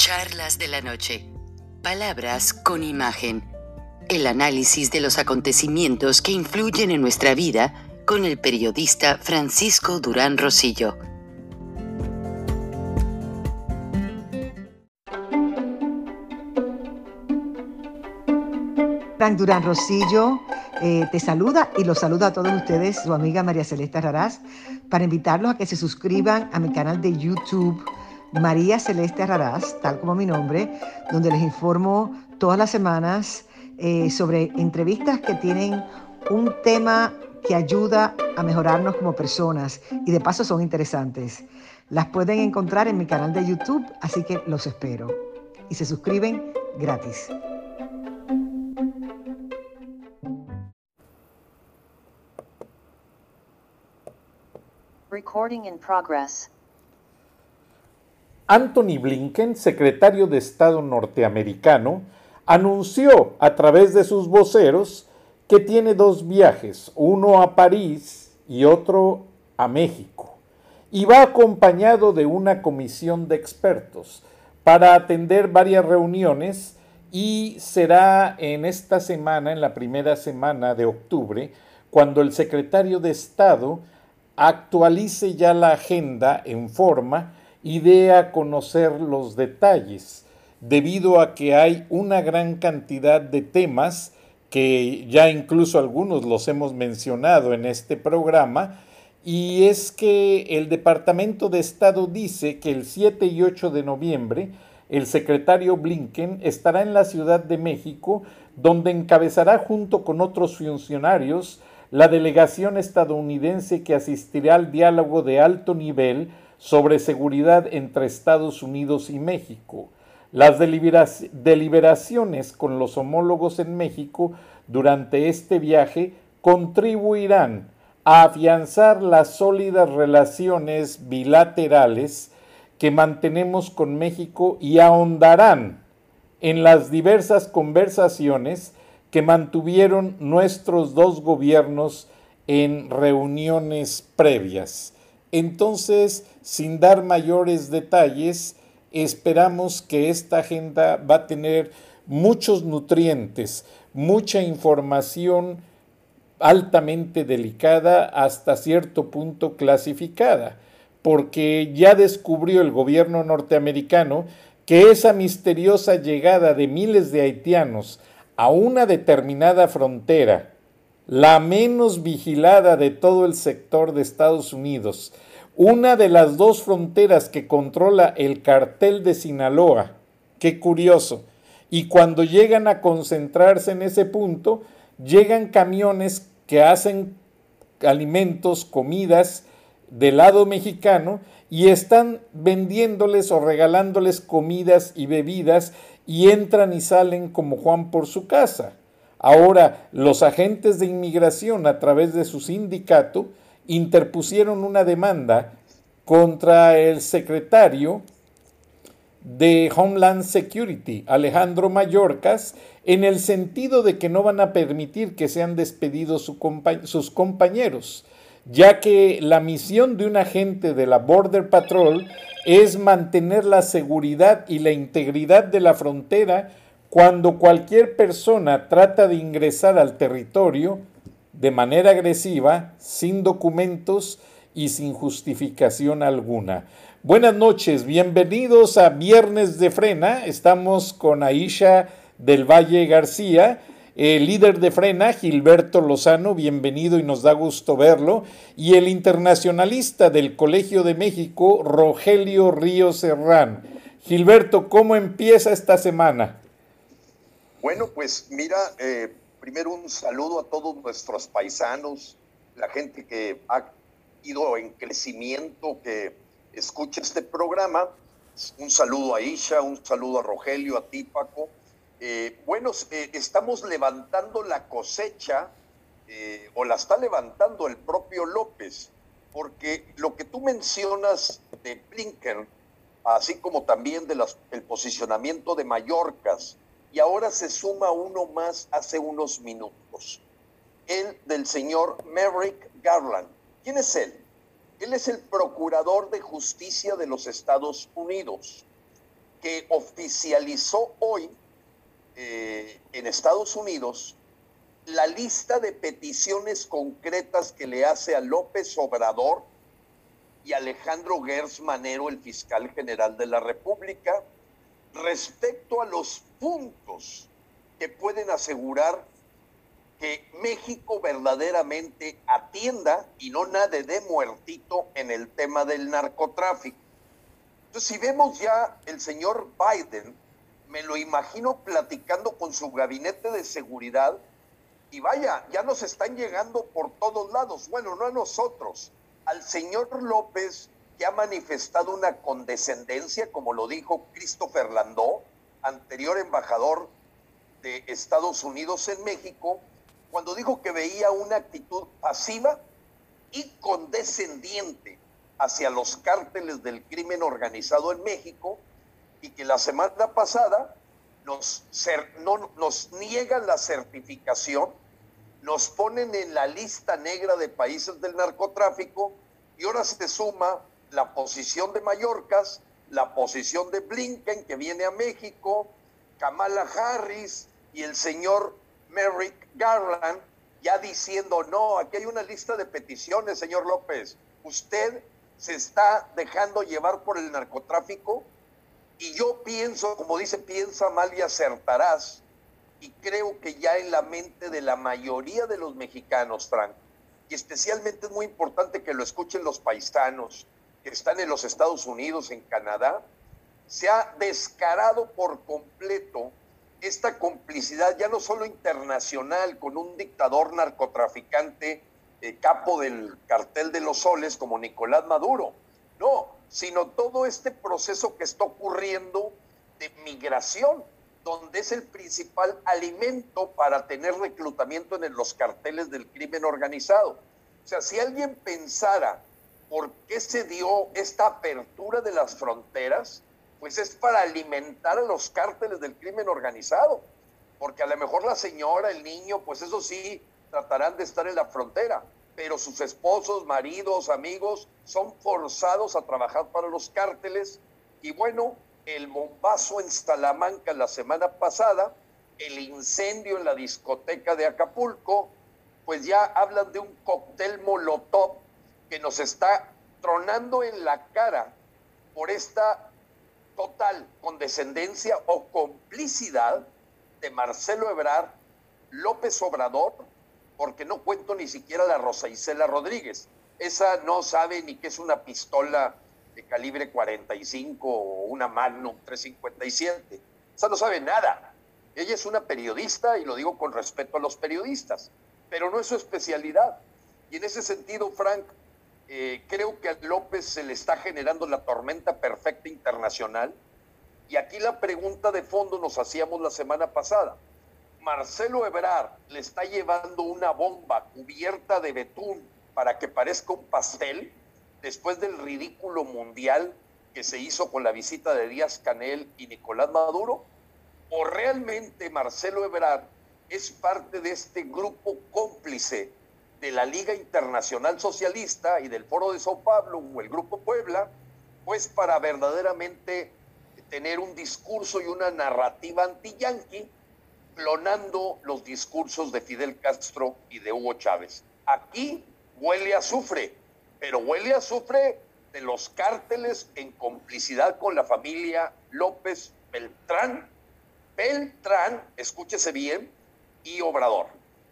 Charlas de la noche. Palabras con imagen. El análisis de los acontecimientos que influyen en nuestra vida con el periodista Francisco Durán Rosillo. Frank Durán Rosillo te saluda y los saluda a todos ustedes, su amiga María Celeste Raraz, para invitarlos a que se suscriban a mi canal de YouTube, María Celeste Raraz, tal como mi nombre, donde les informo todas las semanas sobre entrevistas que tienen un tema que ayuda a mejorarnos como personas y de paso son interesantes. Las pueden encontrar en mi canal de YouTube, así que los espero. Y se suscriben gratis. Recording in progress. Antony Blinken, secretario de Estado norteamericano, anunció a través de sus voceros que tiene dos viajes, uno a París y otro a México, y va acompañado de una comisión de expertos para atender varias reuniones, y será en esta semana, en la primera semana de octubre, cuando el secretario de Estado actualice ya la agenda en forma y dé a conocer los detalles, debido a que hay una gran cantidad de temas que ya incluso algunos los hemos mencionado en este programa, y es que el Departamento de Estado dice que el 7 y 8 de noviembre el secretario Blinken estará en la Ciudad de México, donde encabezará junto con otros funcionarios la delegación estadounidense que asistirá al diálogo de alto nivel sobre seguridad entre Estados Unidos y México. Las deliberaciones con los homólogos en México durante este viaje contribuirán a afianzar las sólidas relaciones bilaterales que mantenemos con México y ahondarán en las diversas conversaciones que mantuvieron nuestros dos gobiernos en reuniones previas. Entonces, sin dar mayores detalles, esperamos que esta agenda va a tener muchos nutrientes, mucha información altamente delicada, hasta cierto punto clasificada, porque ya descubrió el gobierno norteamericano que esa misteriosa llegada de miles de haitianos a una determinada frontera, la menos vigilada de todo el sector de Estados Unidos, una de las dos fronteras que controla el cartel de Sinaloa, qué curioso, y cuando llegan a concentrarse en ese punto, llegan camiones que hacen alimentos, comidas del lado mexicano, y están vendiéndoles o regalándoles comidas y bebidas, y entran y salen como Juan por su casa. Ahora, los agentes de inmigración, a través de su sindicato, interpusieron una demanda contra el secretario de Homeland Security, Alejandro Mayorkas, en el sentido de que no van a permitir que sean despedidos sus compañeros, ya que la misión de un agente de la Border Patrol es mantener la seguridad y la integridad de la frontera cuando cualquier persona trata de ingresar al territorio de manera agresiva, sin documentos y sin justificación alguna. Buenas noches, bienvenidos a Viernes de Frena. Estamos con Aisha del Valle García, el líder de Frena, Gilberto Lozano, bienvenido y nos da gusto verlo, y el internacionalista del Colegio de México, Rogelio Ríos Serrán. Gilberto, ¿cómo empieza esta semana? Bueno, pues mira, primero un saludo a todos nuestros paisanos, la gente que ha ido en crecimiento, que escucha este programa. Un saludo a Isha, un saludo a Rogelio, a ti, Paco. Estamos levantando la cosecha, o la está levantando el propio López, porque lo que tú mencionas de Blinken, así como también de el posicionamiento de Mayorkas, y ahora se suma uno más hace unos minutos, el del señor Merrick Garland. ¿Quién es él? Él es el procurador de justicia de los Estados Unidos. que oficializó hoy en Estados Unidos la lista de peticiones concretas que le hace a López Obrador y Alejandro Gertz Manero, el fiscal general de la República, respecto a los puntos que pueden asegurar que México verdaderamente atienda y no nade de muertito en el tema del narcotráfico. Entonces, si vemos ya el señor Biden, me lo imagino platicando con su gabinete de seguridad y vaya, ya nos están llegando por todos lados. Bueno, no a nosotros, al señor López, que ha manifestado una condescendencia, como lo dijo Christopher Landó, anterior embajador de Estados Unidos en México, cuando dijo que veía una actitud pasiva y condescendiente hacia los cárteles del crimen organizado en México, y que la semana pasada nos niegan la certificación, nos ponen en la lista negra de países del narcotráfico, y ahora se suma la posición de Mayorkas, la posición de Blinken, que viene a México, Kamala Harris y el señor Merrick Garland, ya diciendo, no, aquí hay una lista de peticiones, señor López, usted se está dejando llevar por el narcotráfico. Y yo pienso, como dice, piensa mal y acertarás, y creo que ya en la mente de la mayoría de los mexicanos, Frank, y especialmente es muy importante que lo escuchen los paisanos que están en los Estados Unidos, en Canadá, se ha descarado por completo esta complicidad, ya no solo internacional, con un dictador narcotraficante, capo del cartel de los soles, como Nicolás Maduro, no, sino todo este proceso que está ocurriendo de migración, donde es el principal alimento para tener reclutamiento en los carteles del crimen organizado. O sea, si alguien pensara por qué se dio esta apertura de las fronteras, pues es para alimentar a los cárteles del crimen organizado, porque a lo mejor la señora, el niño, pues eso sí, tratarán de estar en la frontera, pero sus esposos, maridos, amigos, son forzados a trabajar para los cárteles. Y bueno, el bombazo en Salamanca la semana pasada, el incendio en la discoteca de Acapulco, pues ya hablan de un cóctel molotov que nos está tronando en la cara por esta total condescendencia o complicidad de Marcelo Ebrard, López Obrador, porque no cuento ni siquiera la Rosa Isela Rodríguez. Esa no sabe ni qué es una pistola de calibre 45 o una Magnum 357. Esa no sabe nada. Ella es una periodista, y lo digo con respeto a los periodistas, pero no es su especialidad. Y en ese sentido, Frank, creo que a López se le está generando la tormenta perfecta internacional. Y aquí la pregunta de fondo nos hacíamos la semana pasada. Marcelo Ebrard le está llevando una bomba cubierta de betún para que parezca un pastel después del ridículo mundial que se hizo con la visita de Díaz-Canel y Nicolás Maduro, o realmente Marcelo Ebrard es parte de este grupo cómplice de la Liga Internacional Socialista y del Foro de Sao Paulo o el Grupo Puebla, pues para verdaderamente tener un discurso y una narrativa anti-yanqui, clonando los discursos de Fidel Castro y de Hugo Chávez. Aquí huele a azufre, pero huele a azufre de los cárteles en complicidad con la familia López Beltrán, escúchese bien, y Obrador.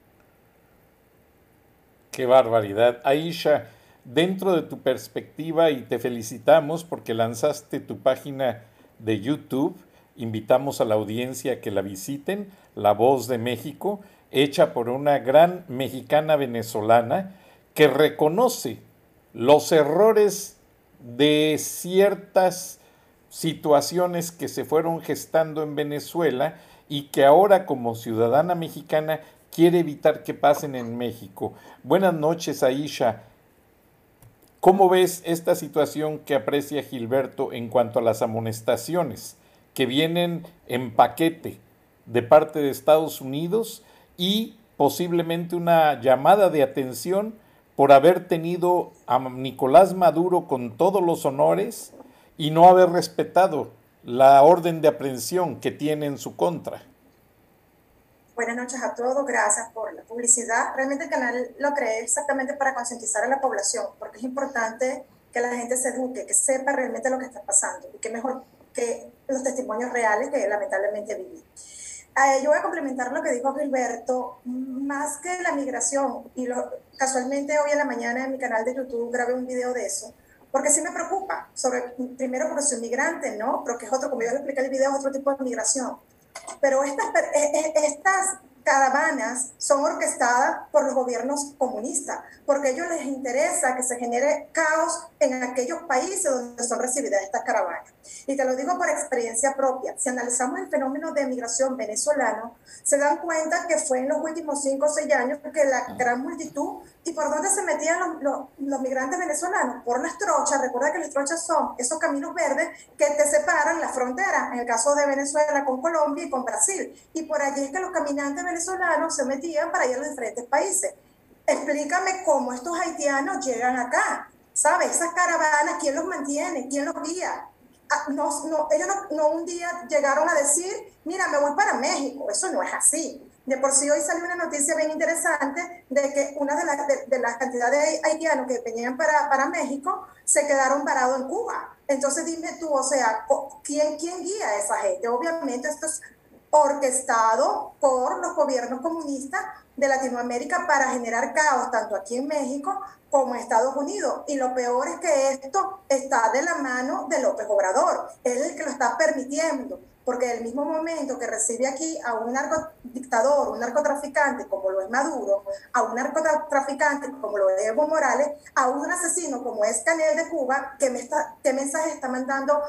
Qué barbaridad. Aisha, dentro de tu perspectiva, y te felicitamos porque lanzaste tu página de YouTube, invitamos a la audiencia a que la visiten, La Voz de México, hecha por una gran mexicana venezolana que reconoce los errores de ciertas situaciones que se fueron gestando en Venezuela y que ahora, como ciudadana mexicana, quiere evitar que pasen en México. Buenas noches, Aisha. ¿Cómo ves esta situación que aprecia Gilberto en cuanto a las amonestaciones que vienen en paquete de parte de Estados Unidos y posiblemente una llamada de atención por haber tenido a Nicolás Maduro con todos los honores y no haber respetado la orden de aprehensión que tiene en su contra. Buenas noches a todos, gracias por la publicidad. Realmente el canal lo creé exactamente para concientizar a la población, porque es importante que la gente se eduque, que sepa realmente lo que está pasando, y que mejor que los testimonios reales que lamentablemente viví. Yo voy a complementar lo que dijo Gilberto, más que la migración, y casualmente hoy en la mañana en mi canal de YouTube grabé un video de eso, porque sí me preocupa, primero porque soy migrante, ¿no? Porque es otro, como yo les expliqué en el video, es otro tipo de migración. Pero estas caravanas son orquestadas por los gobiernos comunistas, porque a ellos les interesa que se genere caos en aquellos países donde son recibidas estas caravanas. Y te lo digo por experiencia propia. Si analizamos el fenómeno de migración venezolano, se dan cuenta que fue en los últimos 5 o 6 años que la gran multitud, ¿y por dónde se metían los migrantes venezolanos? Por las trochas. Recuerda que las trochas son esos caminos verdes que te separan la frontera, en el caso de Venezuela con Colombia y con Brasil. Y por allí es que los caminantes venezolanos se metían para ir a los diferentes países. Explícame cómo estos haitianos llegan acá, ¿sabes? Esas caravanas, ¿quién los mantiene? ¿Quién los guía? Ellos no un día llegaron a decir, mira, me voy para México. Eso no es así. De por sí hoy salió una noticia bien interesante de que una de las cantidades de haitianos que venían para México se quedaron varados en Cuba. Entonces dime tú, o sea, ¿quién guía a esa gente? Obviamente esto es orquestado por los gobiernos comunistas de Latinoamérica para generar caos tanto aquí en México como en Estados Unidos. Y lo peor es que esto está de la mano de López Obrador. Él es el que lo está permitiendo, porque el mismo momento que recibe aquí a un narcodictador, un narcotraficante como lo es Maduro, a un narcotraficante como lo es Evo Morales, a un asesino como es Canel de Cuba, ¿qué mensaje está mandando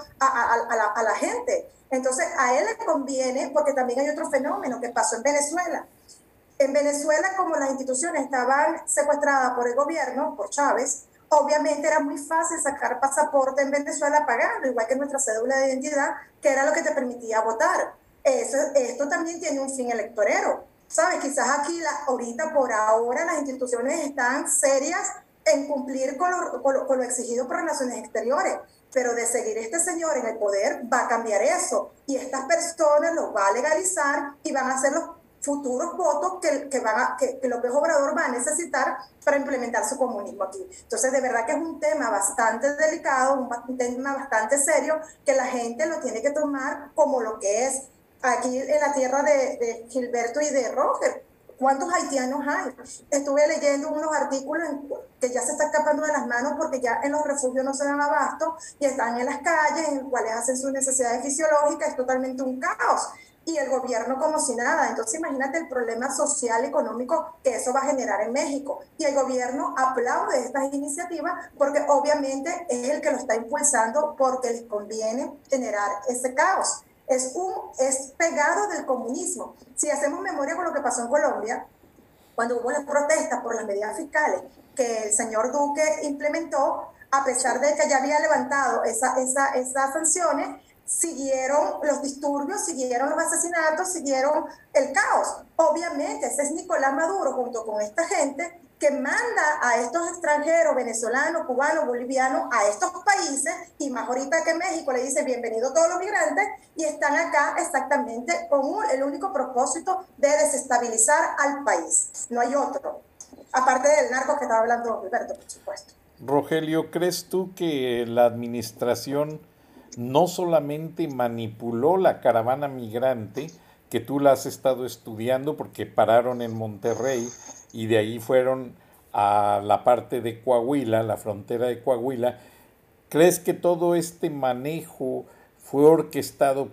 a la gente? Entonces a él le conviene, porque también hay otro fenómeno que pasó en Venezuela. En Venezuela, como las instituciones estaban secuestradas por el gobierno, por Chávez, obviamente era muy fácil sacar pasaporte en Venezuela pagando, igual que nuestra cédula de identidad, que era lo que te permitía votar. Esto también tiene un fin electorero, ¿sabes? Quizás aquí, ahorita, por ahora, las instituciones están serias en cumplir con lo exigido por Relaciones Exteriores, pero de seguir este señor en el poder va a cambiar eso, y estas personas lo va a legalizar y van a ser los futuros votos que López Obrador va a necesitar para implementar su comunismo aquí. Entonces, de verdad que es un tema bastante delicado, un tema bastante serio, que la gente lo tiene que tomar como lo que es. Aquí en la tierra de Gilberto y de Roger, ¿cuántos haitianos hay? Estuve leyendo unos artículos que ya se está escapando de las manos porque ya en los refugios no se dan abasto y están en las calles, en las cuales hacen sus necesidades fisiológicas. Es totalmente un caos. Y el gobierno como si nada. Entonces imagínate el problema social, económico que eso va a generar en México. Y el gobierno aplaude estas iniciativas porque obviamente es el que lo está impulsando, porque les conviene generar ese caos. Es pegado del comunismo. Si hacemos memoria con lo que pasó en Colombia, cuando hubo las protestas por las medidas fiscales que el señor Duque implementó, a pesar de que ya había levantado esas sanciones, siguieron los disturbios, siguieron los asesinatos, siguieron el caos. Obviamente, ese es Nicolás Maduro junto con esta gente que manda a estos extranjeros, venezolanos, cubanos, bolivianos, a estos países, y más ahorita que México le dice bienvenido a todos los migrantes, y están acá exactamente con el único propósito de desestabilizar al país. No hay otro, aparte del narco que estaba hablando Gilberto, por supuesto. Rogelio, ¿crees tú que la administración no solamente manipuló la caravana migrante, que tú la has estado estudiando porque pararon en Monterrey y de ahí fueron a la parte de Coahuila, la frontera de Coahuila? ¿Crees que todo este manejo fue orquestado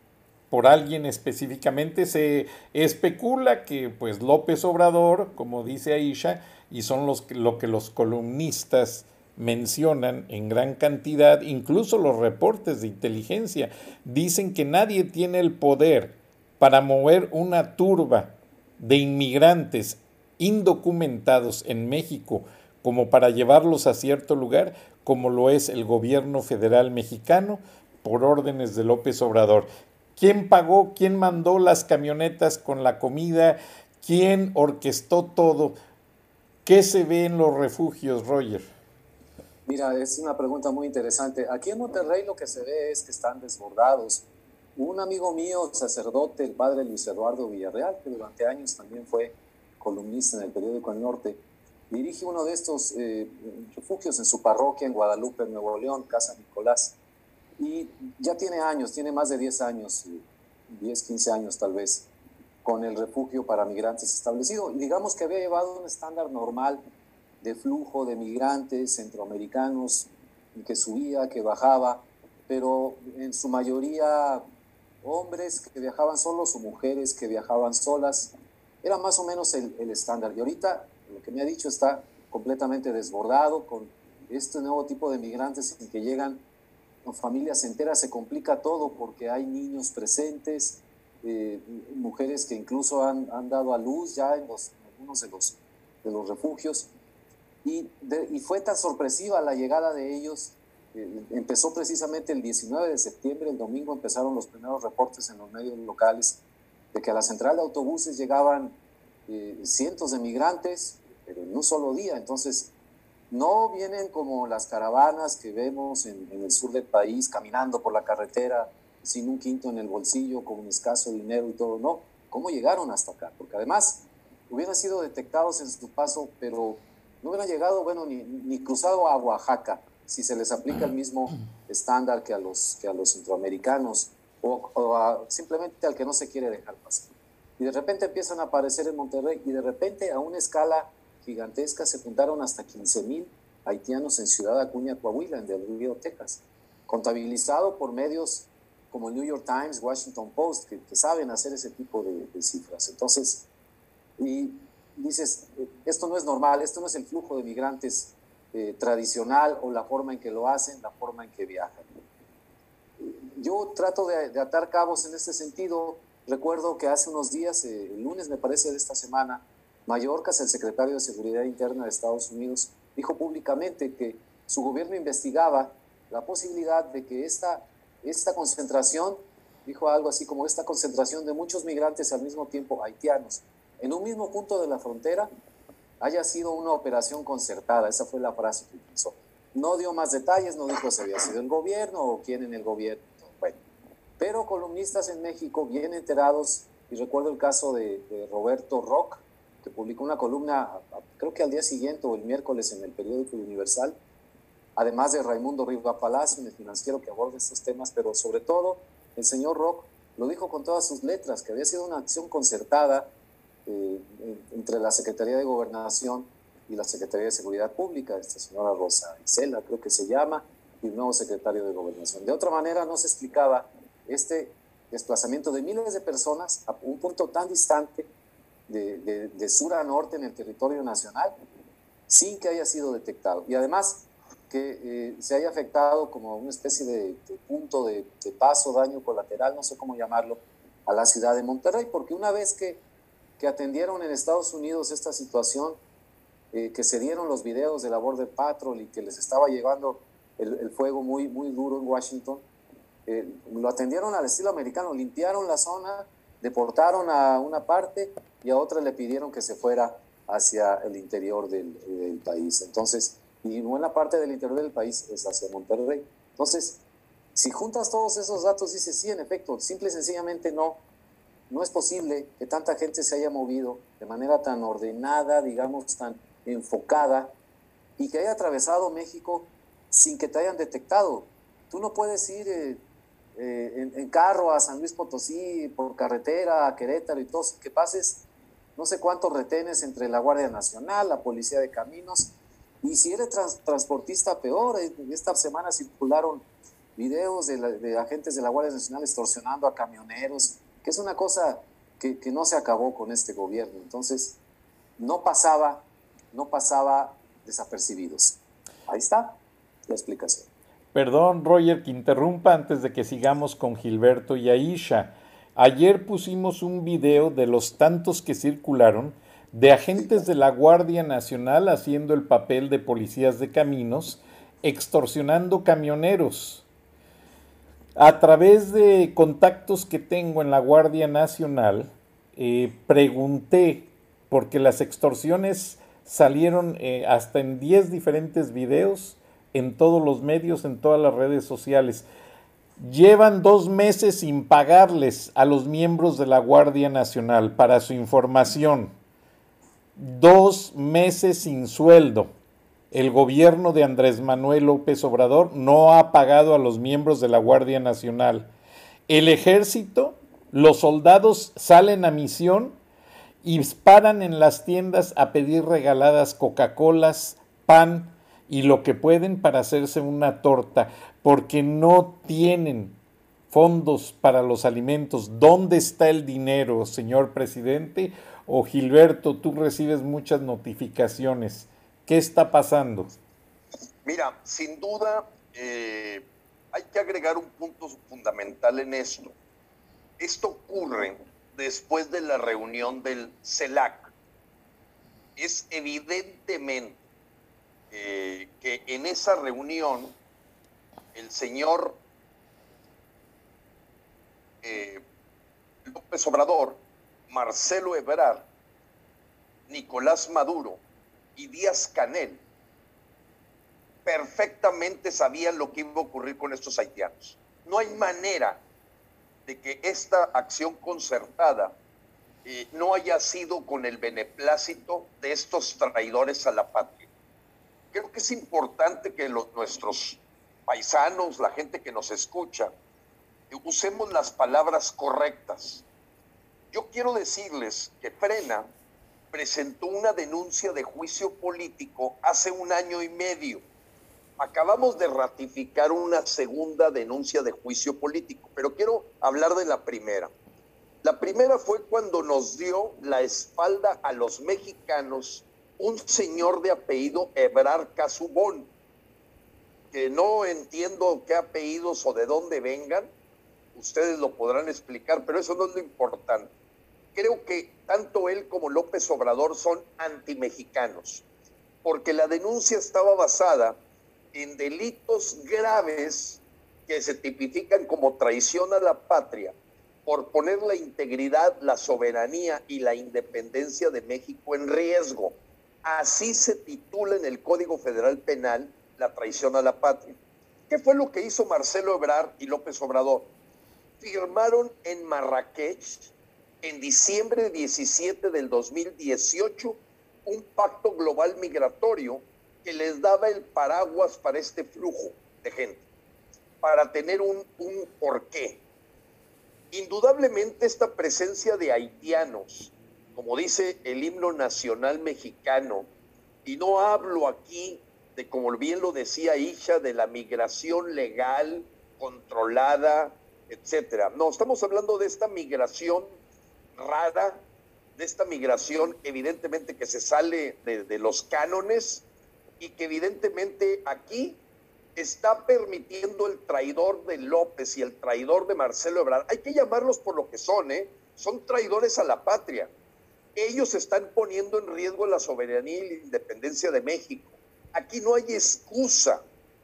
por alguien específicamente? Se especula que pues López Obrador, como dice Aisha, y son lo que los columnistas mencionan en gran cantidad, incluso los reportes de inteligencia, dicen que nadie tiene el poder para mover una turba de inmigrantes indocumentados en México como para llevarlos a cierto lugar, como lo es el gobierno federal mexicano por órdenes de López Obrador. ¿Quién pagó? ¿Quién mandó las camionetas con la comida? ¿Quién orquestó todo? ¿Qué se ve en los refugios, Roger? Mira, es una pregunta muy interesante. Aquí en Monterrey lo que se ve es que están desbordados. Un amigo mío, sacerdote, el padre Luis Eduardo Villarreal, que durante años también fue columnista en el periódico El Norte, dirige uno de estos refugios en su parroquia en Guadalupe, Nuevo León, Casa Nicolás. Y ya tiene años, tiene más de 10 años, 10, 15 años tal vez, con el refugio para migrantes establecido. Y digamos que había llevado un estándar normal de flujo de migrantes centroamericanos, que subía, que bajaba, pero en su mayoría hombres que viajaban solos o mujeres que viajaban solas. Era más o menos el estándar. Y ahorita, lo que me ha dicho, está completamente desbordado con este nuevo tipo de migrantes en que llegan con familias enteras. Se complica todo porque hay niños presentes, mujeres que incluso han dado a luz ya en algunos de los refugios. Y fue tan sorpresiva la llegada de ellos. Empezó precisamente el 19 de septiembre, el domingo empezaron los primeros reportes en los medios locales de que a la central de autobuses llegaban cientos de migrantes, pero en un solo día. Entonces, no vienen como las caravanas que vemos en el sur del país, caminando por la carretera, sin un quinto en el bolsillo, con un escaso dinero y todo. No, ¿cómo llegaron hasta acá? Porque además hubieran sido detectados en su paso, pero no hubieran llegado, bueno, ni cruzado a Oaxaca, si se les aplica el mismo estándar que a los centroamericanos, o simplemente al que no se quiere dejar pasar. Y de repente empiezan a aparecer en Monterrey, y de repente a una escala gigantesca se juntaron hasta 15,000 haitianos en Ciudad Acuña, Coahuila, en Del Río, Texas, contabilizado por medios como el New York Times, Washington Post, que saben hacer ese tipo de cifras. Entonces, y dices, esto no es normal, esto no es el flujo de migrantes tradicional, o la forma en que lo hacen, la forma en que viajan. Yo trato de atar cabos en este sentido. Recuerdo que hace unos días, el lunes me parece de esta semana, Mayorkas, el secretario de Seguridad Interna de Estados Unidos, dijo públicamente que su gobierno investigaba la posibilidad de que esta concentración, dijo algo así como esta concentración de muchos migrantes al mismo tiempo haitianos, en un mismo punto de la frontera, haya sido una operación concertada. Esa fue la frase que utilizó. No dio más detalles, no dijo si había sido el gobierno o quién en el gobierno. Bueno, pero columnistas en México bien enterados, y recuerdo el caso de Roberto Rock, que publicó una columna, creo que al día siguiente o el miércoles en el periódico Universal, además de Raimundo Riva Palacio, en el Financiero, que aborda estos temas, pero sobre todo el señor Rock lo dijo con todas sus letras, que había sido una acción concertada entre la Secretaría de Gobernación y la Secretaría de Seguridad Pública, esta señora Rosa Isela, creo que se llama, y el nuevo secretario de Gobernación. De otra manera no se explicaba este desplazamiento de miles de personas a un punto tan distante de sur a norte en el territorio nacional, sin que haya sido detectado. Y además que se haya afectado como una especie de punto de paso, daño colateral, no sé cómo llamarlo, a la ciudad de Monterrey, porque una vez que atendieron en Estados Unidos esta situación, que se dieron los videos de la Border Patrol y que les estaba llevando el fuego muy, muy duro en Washington, lo atendieron al estilo americano, limpiaron la zona, deportaron a una parte y a otra le pidieron que se fuera hacia el interior del país. Entonces, y buena parte del interior del país es hacia Monterrey. Entonces, si juntas todos esos datos, dices, sí, en efecto, simple y sencillamente no es posible que tanta gente se haya movido de manera tan ordenada, digamos, tan enfocada, y que haya atravesado México sin que te hayan detectado. Tú no puedes ir en carro a San Luis Potosí, por carretera, a Querétaro y todo, que pases no sé cuántos retenes entre la Guardia Nacional, la Policía de Caminos, y si eres transportista, peor. Esta semana circularon videos de agentes de la Guardia Nacional extorsionando a camioneros, que es una cosa que no se acabó con este gobierno. Entonces, no pasaba desapercibidos. Ahí está la explicación. Perdón, Roger, que interrumpa antes de que sigamos con Gilberto y Aisha. Ayer pusimos un video de los tantos que circularon de agentes de la Guardia Nacional haciendo el papel de policías de caminos, extorsionando camioneros. A través de contactos que tengo en la Guardia Nacional, pregunté, porque las extorsiones salieron hasta en 10 diferentes videos en todos los medios, en todas las redes sociales. Llevan 2 meses sin pagarles a los miembros de la Guardia Nacional, para su información. 2 meses sin sueldo. El gobierno de Andrés Manuel López Obrador no ha pagado a los miembros de la Guardia Nacional. El ejército, los soldados salen a misión y paran en las tiendas a pedir regaladas Coca-Colas, pan y lo que pueden para hacerse una torta, porque no tienen fondos para los alimentos. ¿Dónde está el dinero, señor presidente? O Gilberto, tú recibes muchas notificaciones. ¿Qué está pasando? Mira, sin duda hay que agregar un punto fundamental en esto. Esto ocurre después de la reunión del CELAC. Es evidentemente que en esa reunión el señor López Obrador, Marcelo Ebrard, Nicolás Maduro y Díaz-Canel perfectamente sabían lo que iba a ocurrir con estos haitianos. No hay manera de que esta acción concertada no haya sido con el beneplácito de estos traidores a la patria. Creo que es importante que nuestros paisanos, la gente que nos escucha, usemos las palabras correctas. Yo quiero decirles que Frena presentó una denuncia de juicio político hace 1 año y medio. Acabamos de ratificar una segunda denuncia de juicio político, pero quiero hablar de la primera. La primera fue cuando nos dio la espalda a los mexicanos un señor de apellido Ebrard Casubón, que no entiendo qué apellidos o de dónde vengan, ustedes lo podrán explicar, pero eso no es lo importante. Creo que tanto él como López Obrador son antimexicanos, porque la denuncia estaba basada en delitos graves que se tipifican como traición a la patria por poner la integridad, la soberanía y la independencia de México en riesgo. Así se titula en el Código Federal Penal la traición a la patria. ¿Qué fue lo que hizo Marcelo Ebrard y López Obrador? Firmaron en Marrakech en diciembre 17 del 2018 un pacto global migratorio que les daba el paraguas para este flujo de gente, para tener un porqué. Indudablemente esta presencia de haitianos, como dice el himno nacional mexicano, y no hablo aquí de, como bien lo decía Isha, de la migración legal, controlada, etcétera. No, estamos hablando de esta migración rara, de esta migración evidentemente que se sale de los cánones y que evidentemente aquí está permitiendo el traidor de López y el traidor de Marcelo Ebrard. Hay que llamarlos por lo que son traidores a la patria. Ellos están poniendo en riesgo la soberanía y la independencia de México. Aquí no hay excusa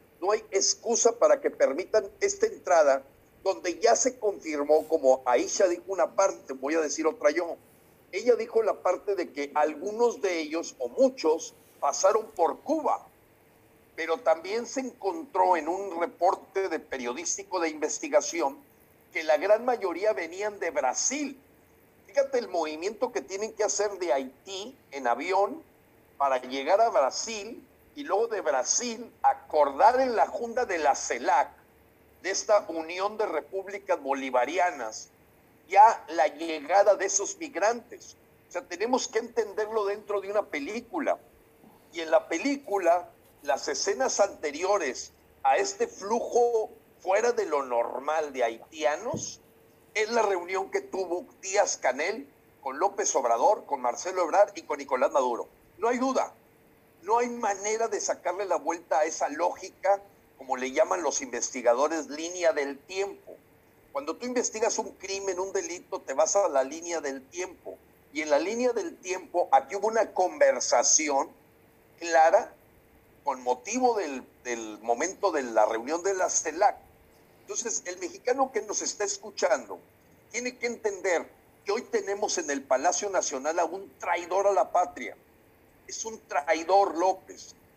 para que permitan esta entrada donde ya se confirmó, como Aisha dijo una parte, voy a decir otra yo. Ella dijo la parte de que algunos de ellos, o muchos, pasaron por Cuba, pero también se encontró en un reporte periodístico de investigación que la gran mayoría venían de Brasil. Fíjate el movimiento que tienen que hacer de Haití en avión para llegar a Brasil y luego de Brasil acordar en la Junta de la CELAC, de esta Unión de Repúblicas Bolivarianas, ya la llegada de esos migrantes. O sea, tenemos que entenderlo dentro de una película. Y en la película, las escenas anteriores a este flujo fuera de lo normal de haitianos, es la reunión que tuvo Díaz-Canel con López Obrador, con Marcelo Ebrard y con Nicolás Maduro. No hay duda, no hay manera de sacarle la vuelta a esa lógica, como le llaman los investigadores, línea del tiempo. Cuando tú investigas un crimen, un delito, te vas a la línea del tiempo. Y en la línea del tiempo, aquí hubo una conversación clara con motivo del momento de la reunión de la CELAC. Entonces, el mexicano que nos está escuchando tiene que entender que hoy tenemos en el Palacio Nacional a un traidor a la patria. Es un traidor, López.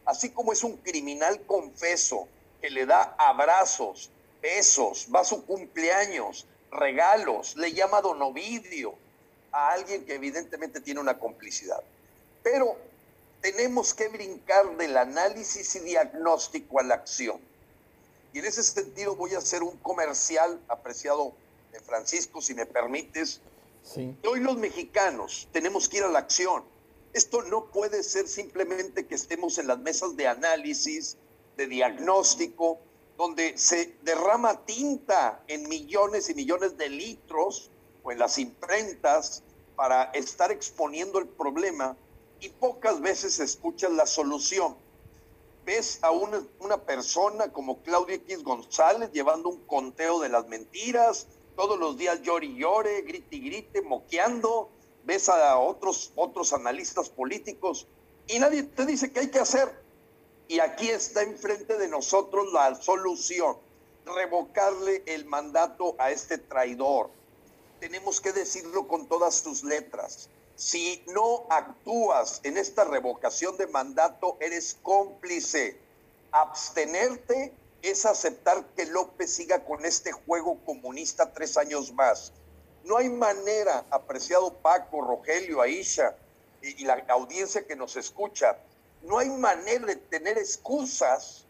así como es un criminal confeso que le da abrazos, besos, va a su cumpleaños, regalos, le llama Don Ovidio a alguien que evidentemente tiene una complicidad. Pero tenemos que brincar del análisis y diagnóstico a la acción. Y en ese sentido voy a hacer un comercial, apreciado Francisco, si me permites. Sí. Hoy los mexicanos tenemos que ir a la acción. Esto no puede ser simplemente que estemos en las mesas de análisis, de diagnóstico, donde se derrama tinta en millones y millones de litros o en las imprentas para estar exponiendo el problema y pocas veces escuchas la solución. Ves a una persona como Claudia X González llevando un conteo de las mentiras, todos los días llore y llore, grite y grite, moqueando. Ves a otros analistas políticos y nadie te dice qué hay que hacer. Y aquí está enfrente de nosotros la solución: revocarle el mandato a este traidor. Tenemos que decirlo con todas sus letras. Si no actúas en esta revocación de mandato, eres cómplice. Abstenerte es aceptar que López siga con este juego comunista 3 años más. No hay manera, apreciado Paco, Rogelio, Aisha y la audiencia que nos escucha, no hay manera de tener excusas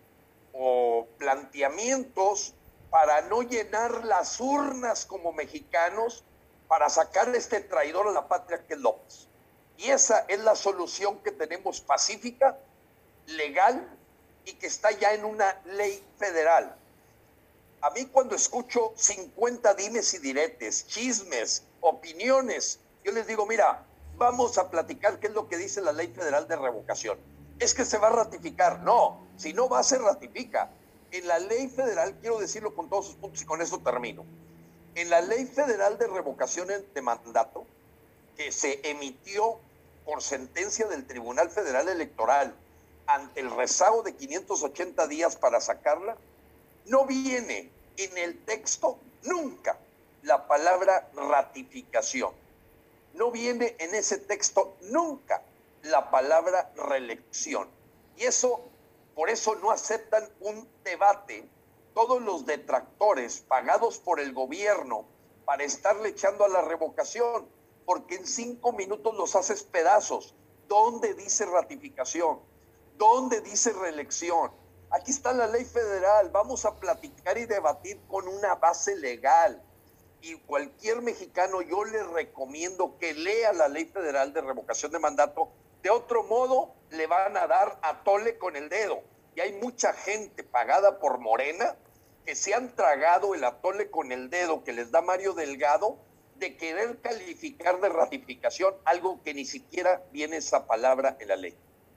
o planteamientos para no llenar las urnas como mexicanos para sacar a este traidor a la patria que es López. Y esa es la solución que tenemos pacífica, legal y que está ya en una ley federal. A mí cuando escucho 50 dimes y diretes, chismes, opiniones, yo les digo, mira, vamos a platicar qué es lo que dice la ley federal de revocación. Es que se va a ratificar. No, si no va, se ratifica. En la ley federal, quiero decirlo con todos sus puntos y con eso termino. En la ley federal de revocación de mandato, que se emitió por sentencia del Tribunal Federal Electoral ante el rezago de 580 días para sacarla, no viene en el texto nunca la palabra ratificación. No viene en ese texto nunca la palabra reelección. Y por eso no aceptan un debate todos los detractores pagados por el gobierno para estarle echando a la revocación, porque en 5 minutos los haces pedazos. ¿Dónde dice ratificación? ¿Dónde dice reelección? Aquí está la ley federal, vamos a platicar y debatir con una base legal. Y cualquier mexicano yo le recomiendo que lea la ley federal de revocación de mandato. De otro modo, le van a dar a tole con el dedo. Y hay mucha gente pagada por Morena que se han tragado el atole con el dedo que les da Mario Delgado de querer calificar de ratificación algo que ni siquiera viene esa palabra en la ley.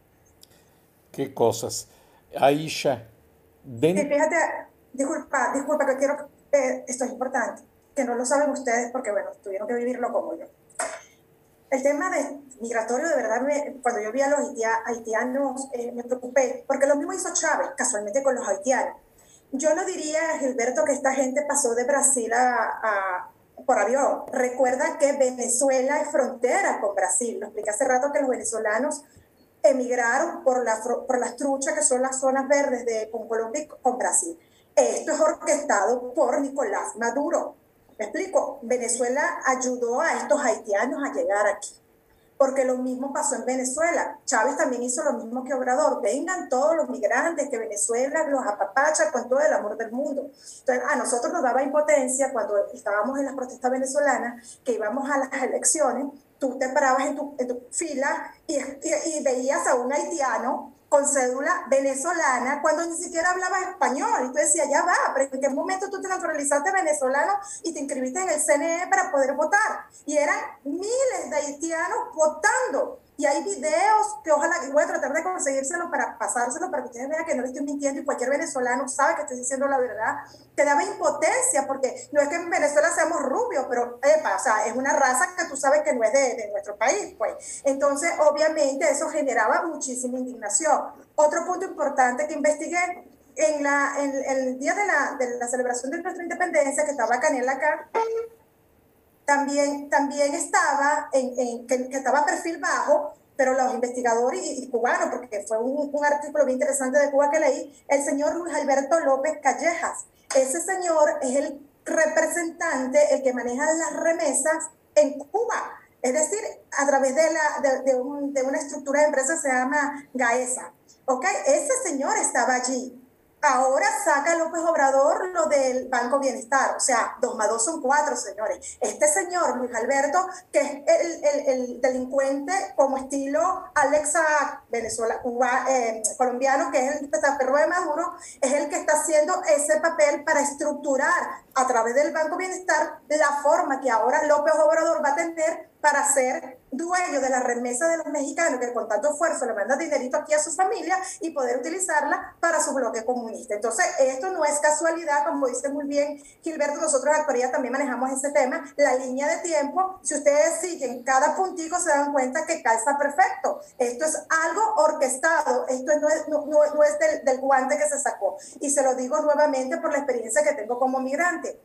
¿Qué cosas? Aisha. Sí, fíjate, disculpa que quiero, esto es importante, que no lo saben ustedes porque, bueno, tuvieron que vivirlo como yo. El tema migratorio, de verdad, cuando yo vi a los haitianos, me preocupé, porque lo mismo hizo Chávez, casualmente con los haitianos. Yo no diría, Gilberto, que esta gente pasó de Brasil por avión. Recuerda que Venezuela es frontera con Brasil. Lo expliqué hace rato que los venezolanos emigraron por las truchas, que son las zonas verdes con Colombia y con Brasil. Esto es orquestado por Nicolás Maduro. ¿Me explico? Venezuela ayudó a estos haitianos a llegar aquí, porque lo mismo pasó en Venezuela. Chávez también hizo lo mismo que Obrador. Vengan todos los migrantes, que Venezuela los apapacha con todo el amor del mundo. Entonces, a nosotros nos daba impotencia cuando estábamos en las protestas venezolanas, que íbamos a las elecciones, tú te parabas en tu fila y veías a un haitiano con cédula venezolana cuando ni siquiera hablaba español. Y tú decías, ya va, pero ¿en qué momento tú te naturalizaste venezolano y te inscribiste en el CNE para poder votar? Y eran miles de haitianos votando. Y hay videos que ojalá, voy a tratar de conseguírselos para pasárselos para que ustedes vean que no le estoy mintiendo y cualquier venezolano sabe que estoy diciendo la verdad. Te daba impotencia porque no es que en Venezuela seamos rubios, pero o sea, es una raza que tú sabes que no es de nuestro país, pues. Entonces, obviamente, eso generaba muchísima indignación. Otro punto importante que investigué, en el día de la celebración de nuestra independencia, que estaba Canela acá, también estaba, que estaba perfil bajo, pero los investigadores y cubanos, porque fue un artículo bien interesante de Cuba que leí, el señor Luis Alberto López Callejas. Ese señor es el representante, el que maneja las remesas en Cuba. Es decir, a través de una estructura de empresa que se llama GAESA. ¿Ok? Ese señor estaba allí. Ahora saca López Obrador lo del Banco Bienestar. O sea, 2 más 2 son 4, señores. Este señor, Luis Alberto, que es el delincuente como estilo Alexa Venezuela, colombiano, que es el testaferro de Maduro, es el que está haciendo ese papel para estructurar a través del Banco Bienestar la forma que ahora López Obrador va a tener para ser dueño de la remesa de los mexicanos que con tanto esfuerzo le mandan dinerito aquí a su familia y poder utilizarla para su bloque comunista. Entonces, esto no es casualidad, como dice muy bien Gilberto, nosotros en Actualidad también manejamos ese tema, la línea de tiempo. Si ustedes siguen cada puntico se dan cuenta que calza perfecto. Esto es algo orquestado, esto no es del guante que se sacó. Y se lo digo nuevamente por la experiencia que tengo como migrante.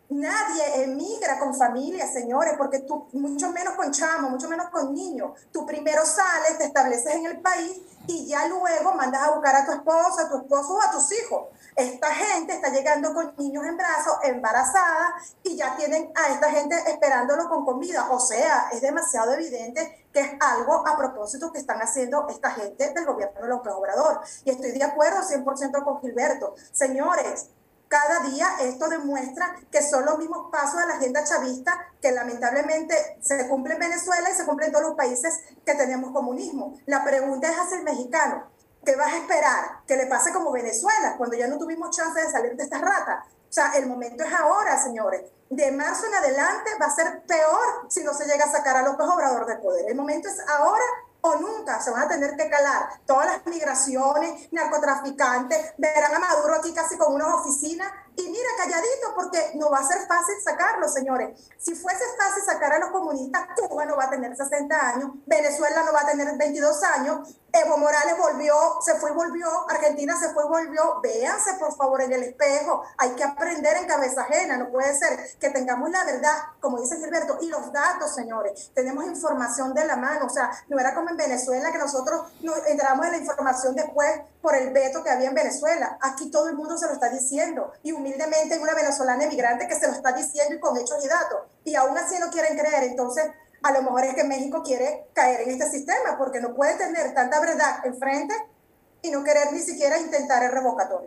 Nadie emigra con familia, señores, porque tú, mucho menos con chamos, mucho menos con niños. Tú primero sales, te estableces en el país y ya luego mandas a buscar a tu esposa, a tu esposo o a tus hijos. Esta gente está llegando con niños en brazos, embarazada, y ya tienen a esta gente esperándolo con comida. O sea, es demasiado evidente que es algo a propósito que están haciendo esta gente del gobierno de López Obrador. Y estoy de acuerdo 100% con Gilberto. Señores, cada día esto demuestra que son los mismos pasos de la agenda chavista que lamentablemente se cumple en Venezuela y se cumple en todos los países que tenemos comunismo. La pregunta es hacia el mexicano. ¿Qué vas a esperar? Que le pase como Venezuela, cuando ya no tuvimos chance de salir de estas ratas. O sea, el momento es ahora, señores. De marzo en adelante va a ser peor si no se llega a sacar a López Obrador del poder. El momento es ahora o nunca. Se van a tener que calar todas las migraciones, narcotraficantes, verán a Maduro aquí casi con unas oficinas y mira, calladito, porque no va a ser fácil sacarlo, señores. Si fuese fácil sacar a los comunistas, Cuba no va a tener 60 años, Venezuela no va a tener 22 años, Evo Morales se fue y volvió, Argentina se fue y volvió. Véanse, por favor, en el espejo. Hay que aprender en cabeza ajena. No puede ser que tengamos la verdad, como dice Gilberto, y los datos, señores. Tenemos información de la mano. O sea, no era como en Venezuela, que nosotros nos entramos en la información después por el veto que había en Venezuela. Aquí todo el mundo se lo está diciendo. Y humildemente hay una venezolana emigrante que se lo está diciendo y con hechos y datos. Y aún así no quieren creer. Entonces, a lo mejor es que México quiere caer en este sistema porque no puede tener tanta verdad enfrente y no querer ni siquiera intentar el revocatorio.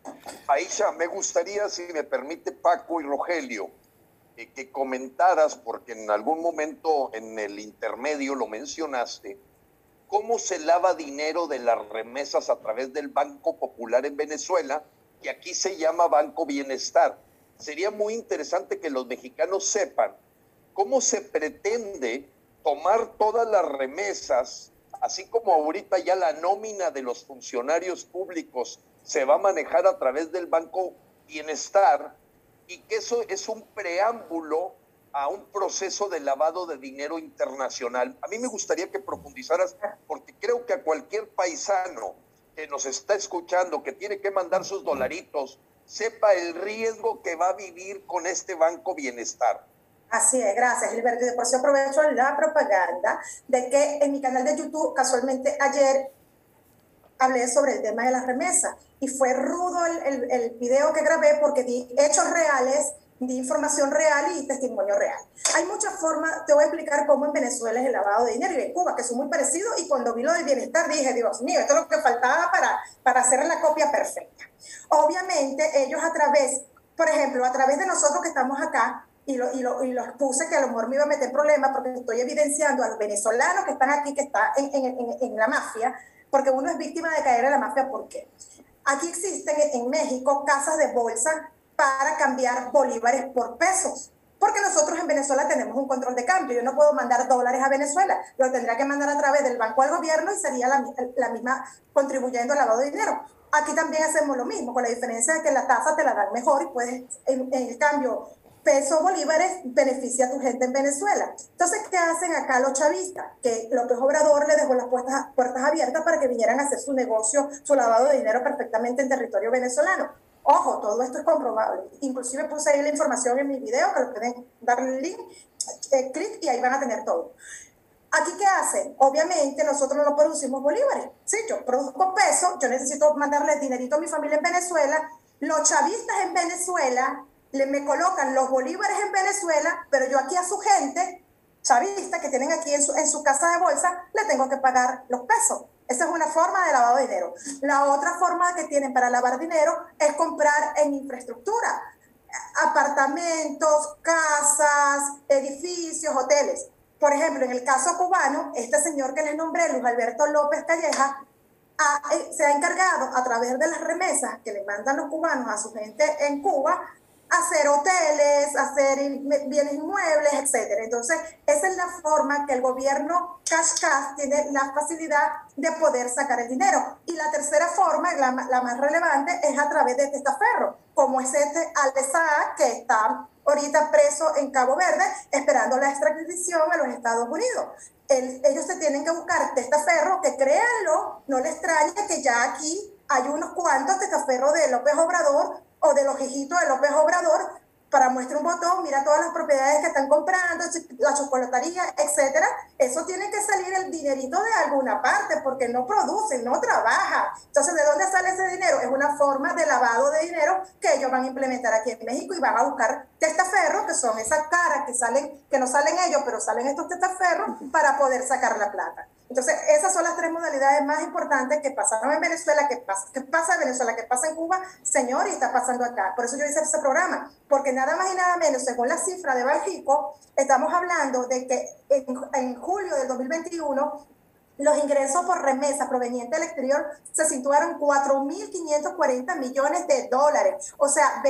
Aisha, me gustaría, si me permite Paco y Rogelio, que comentaras, porque en algún momento en el intermedio lo mencionaste, cómo se lava dinero de las remesas a través del Banco Popular en Venezuela, que aquí se llama Banco Bienestar. Sería muy interesante que los mexicanos sepan cómo se pretende tomar todas las remesas, así como ahorita ya la nómina de los funcionarios públicos se va a manejar a través del Banco Bienestar, y que eso es un preámbulo a un proceso de lavado de dinero internacional. A mí me gustaría que profundizaras, porque creo que a cualquier paisano que nos está escuchando, que tiene que mandar sus dolaritos, sepa el riesgo que va a vivir con este Banco Bienestar. Así es, gracias Gilberto. Y por eso aprovecho la propaganda de que en mi canal de YouTube, casualmente ayer, hablé sobre el tema de las remesas. Y fue rudo el video que grabé porque di hechos reales, di información real y testimonio real. Hay muchas formas, te voy a explicar cómo en Venezuela es el lavado de dinero y en Cuba, que son muy parecidos, y cuando vi lo del bienestar dije, Dios mío, esto es lo que faltaba para hacer la copia perfecta. Obviamente ellos a través, por ejemplo, a través de nosotros que estamos acá, y los puse que a lo mejor me iba a meter problemas porque estoy evidenciando a los venezolanos que están aquí, que están en la mafia, porque uno es víctima de caer en la mafia. ¿Por qué? Aquí existen en México casas de bolsa para cambiar bolívares por pesos, porque nosotros en Venezuela tenemos un control de cambio. Yo no puedo mandar dólares a Venezuela, lo tendría que mandar a través del banco al gobierno y sería la misma contribuyendo al lavado de dinero. Aquí también hacemos lo mismo, con la diferencia de que la tasa te la dan mejor y puedes, en el cambio pesos bolívares, beneficia a tu gente en Venezuela. Entonces, ¿qué hacen acá los chavistas? Que López Obrador le dejó las puertas abiertas para que vinieran a hacer su negocio, su lavado de dinero perfectamente en territorio venezolano. Ojo, todo esto es comprobable. Inclusive puse ahí la información en mi video, que lo pueden darle el link, clic y ahí van a tener todo. ¿Aquí qué hacen? Obviamente nosotros no producimos bolívares. Sí, yo produzco pesos, yo necesito mandarle dinerito a mi familia en Venezuela. Los chavistas en Venezuela me colocan los bolívares en Venezuela, pero yo aquí a su gente chavista que tienen aquí en su casa de bolsa, le tengo que pagar los pesos. Esa es una forma de lavado de dinero. La otra forma que tienen para lavar dinero es comprar en infraestructura, apartamentos, casas, edificios, hoteles. Por ejemplo, en el caso cubano, este señor que les nombré, Luis Alberto López Calleja, se ha encargado a través de las remesas que le mandan los cubanos a su gente en Cuba, hacer hoteles, hacer bienes inmuebles, etc. Entonces, esa es la forma que el gobierno cash tiene la facilidad de poder sacar el dinero. Y la tercera forma, la más relevante, es a través de este testaferro, como es este Alde que está ahorita preso en Cabo Verde, esperando la extradición a los Estados Unidos. Ellos se tienen que buscar testaferros que, créanlo, no les extraña que ya aquí hay unos cuantos testaferros de López Obrador o de los hijitos de López Obrador, para muestra un botón, mira todas las propiedades que están comprando, la chocolatería, etcétera. Eso tiene que salir el dinerito de alguna parte, porque no producen, no trabajan. Entonces, ¿de dónde sale ese dinero? Es una forma de lavado de dinero que ellos van a implementar aquí en México y van a buscar testaferros, que son esas caras que no salen ellos, pero salen estos testaferros para poder sacar la plata. Entonces, esas son las tres modalidades más importantes que pasaron en Venezuela, que pasa en Venezuela, que pasa en Cuba, señor, y está pasando acá. Por eso yo hice ese programa, porque nada más y nada menos, según la cifra de Banxico, estamos hablando de que en julio del 2021, los ingresos por remesa provenientes del exterior se situaron 4.540 millones de dólares, o sea,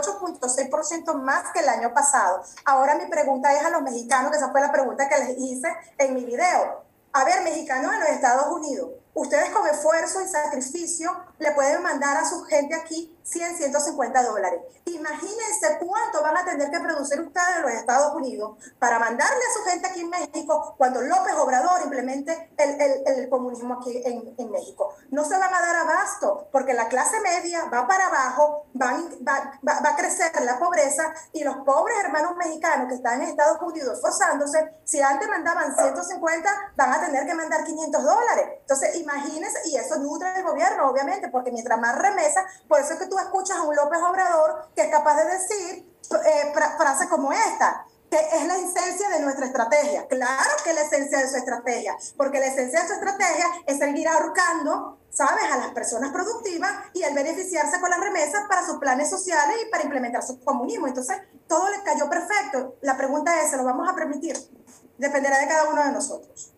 28.6% más que el año pasado. Ahora mi pregunta es a los mexicanos, que esa fue la pregunta que les hice en mi video. A ver, mexicanos en los Estados Unidos, ustedes con esfuerzo y sacrificio le pueden mandar a su gente aquí 100, 150 dólares. Imagínense cuánto van a tener que producir ustedes en los Estados Unidos para mandarle a su gente aquí en México cuando López Obrador implemente el comunismo aquí en México. No se van a dar abasto porque la clase media va para abajo, va a crecer la pobreza y los pobres hermanos mexicanos que están en Estados Unidos esforzándose, si antes mandaban 150, van a tener que mandar 500 dólares. Entonces, imagínense, y eso nutre el gobierno, obviamente, porque mientras más remesas, por eso es que tú escuchas a un López Obrador que es capaz de decir frases como esta, que es la esencia de nuestra estrategia. Claro que es la esencia de su estrategia, porque la esencia de su estrategia es seguir ahorcando, ¿sabes?, a las personas productivas y el beneficiarse con las remesas para sus planes sociales y para implementar su comunismo. Entonces, todo le cayó perfecto. La pregunta es, ¿se lo vamos a permitir? Dependerá de cada uno de nosotros.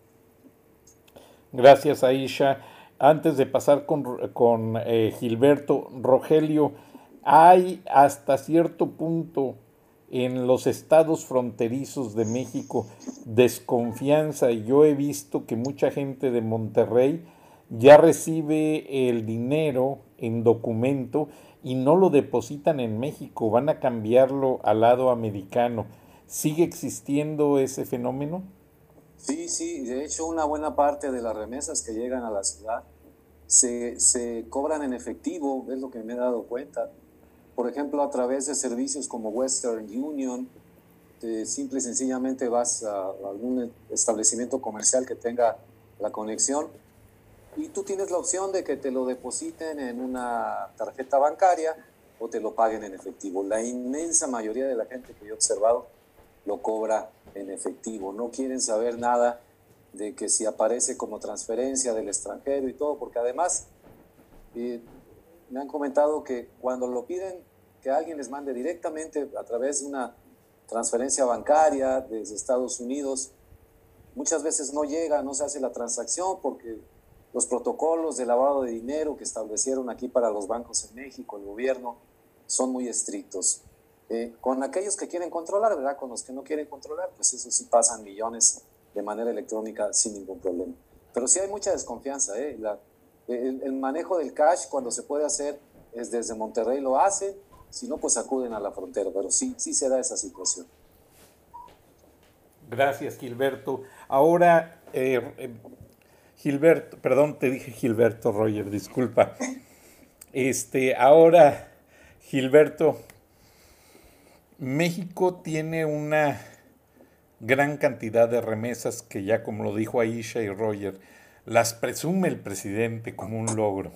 Gracias, Aisha. Antes de pasar con Gilberto, Rogelio, hay hasta cierto punto en los estados fronterizos de México desconfianza. Yo he visto que mucha gente de Monterrey ya recibe el dinero en documento y no lo depositan en México, van a cambiarlo al lado americano. ¿Sigue existiendo ese fenómeno? Sí, de hecho una buena parte de las remesas que llegan a la ciudad se cobran en efectivo, es lo que me he dado cuenta. Por ejemplo, a través de servicios como Western Union, simple y sencillamente vas a algún establecimiento comercial que tenga la conexión y tú tienes la opción de que te lo depositen en una tarjeta bancaria o te lo paguen en efectivo. La inmensa mayoría de la gente que yo he observado lo cobra en efectivo. No quieren saber nada de que si aparece como transferencia del extranjero y todo, porque además me han comentado que cuando lo piden que alguien les mande directamente a través de una transferencia bancaria desde Estados Unidos, muchas veces no llega, no se hace la transacción porque los protocolos de lavado de dinero que establecieron aquí para los bancos en México, el gobierno, son muy estrictos. Con aquellos que quieren controlar, ¿verdad? Con los que no quieren controlar, pues eso sí pasan millones de manera electrónica sin ningún problema. Pero sí hay mucha desconfianza, el manejo del cash cuando se puede hacer es desde Monterrey lo hacen, si no pues acuden a la frontera, pero sí se da esa situación. Gracias, Gilberto. Ahora, Gilberto, perdón, te dije Gilberto, Roger, disculpa. Ahora, Gilberto, México tiene una gran cantidad de remesas que ya, como lo dijo Aisha y Roger, las presume el presidente como un logro.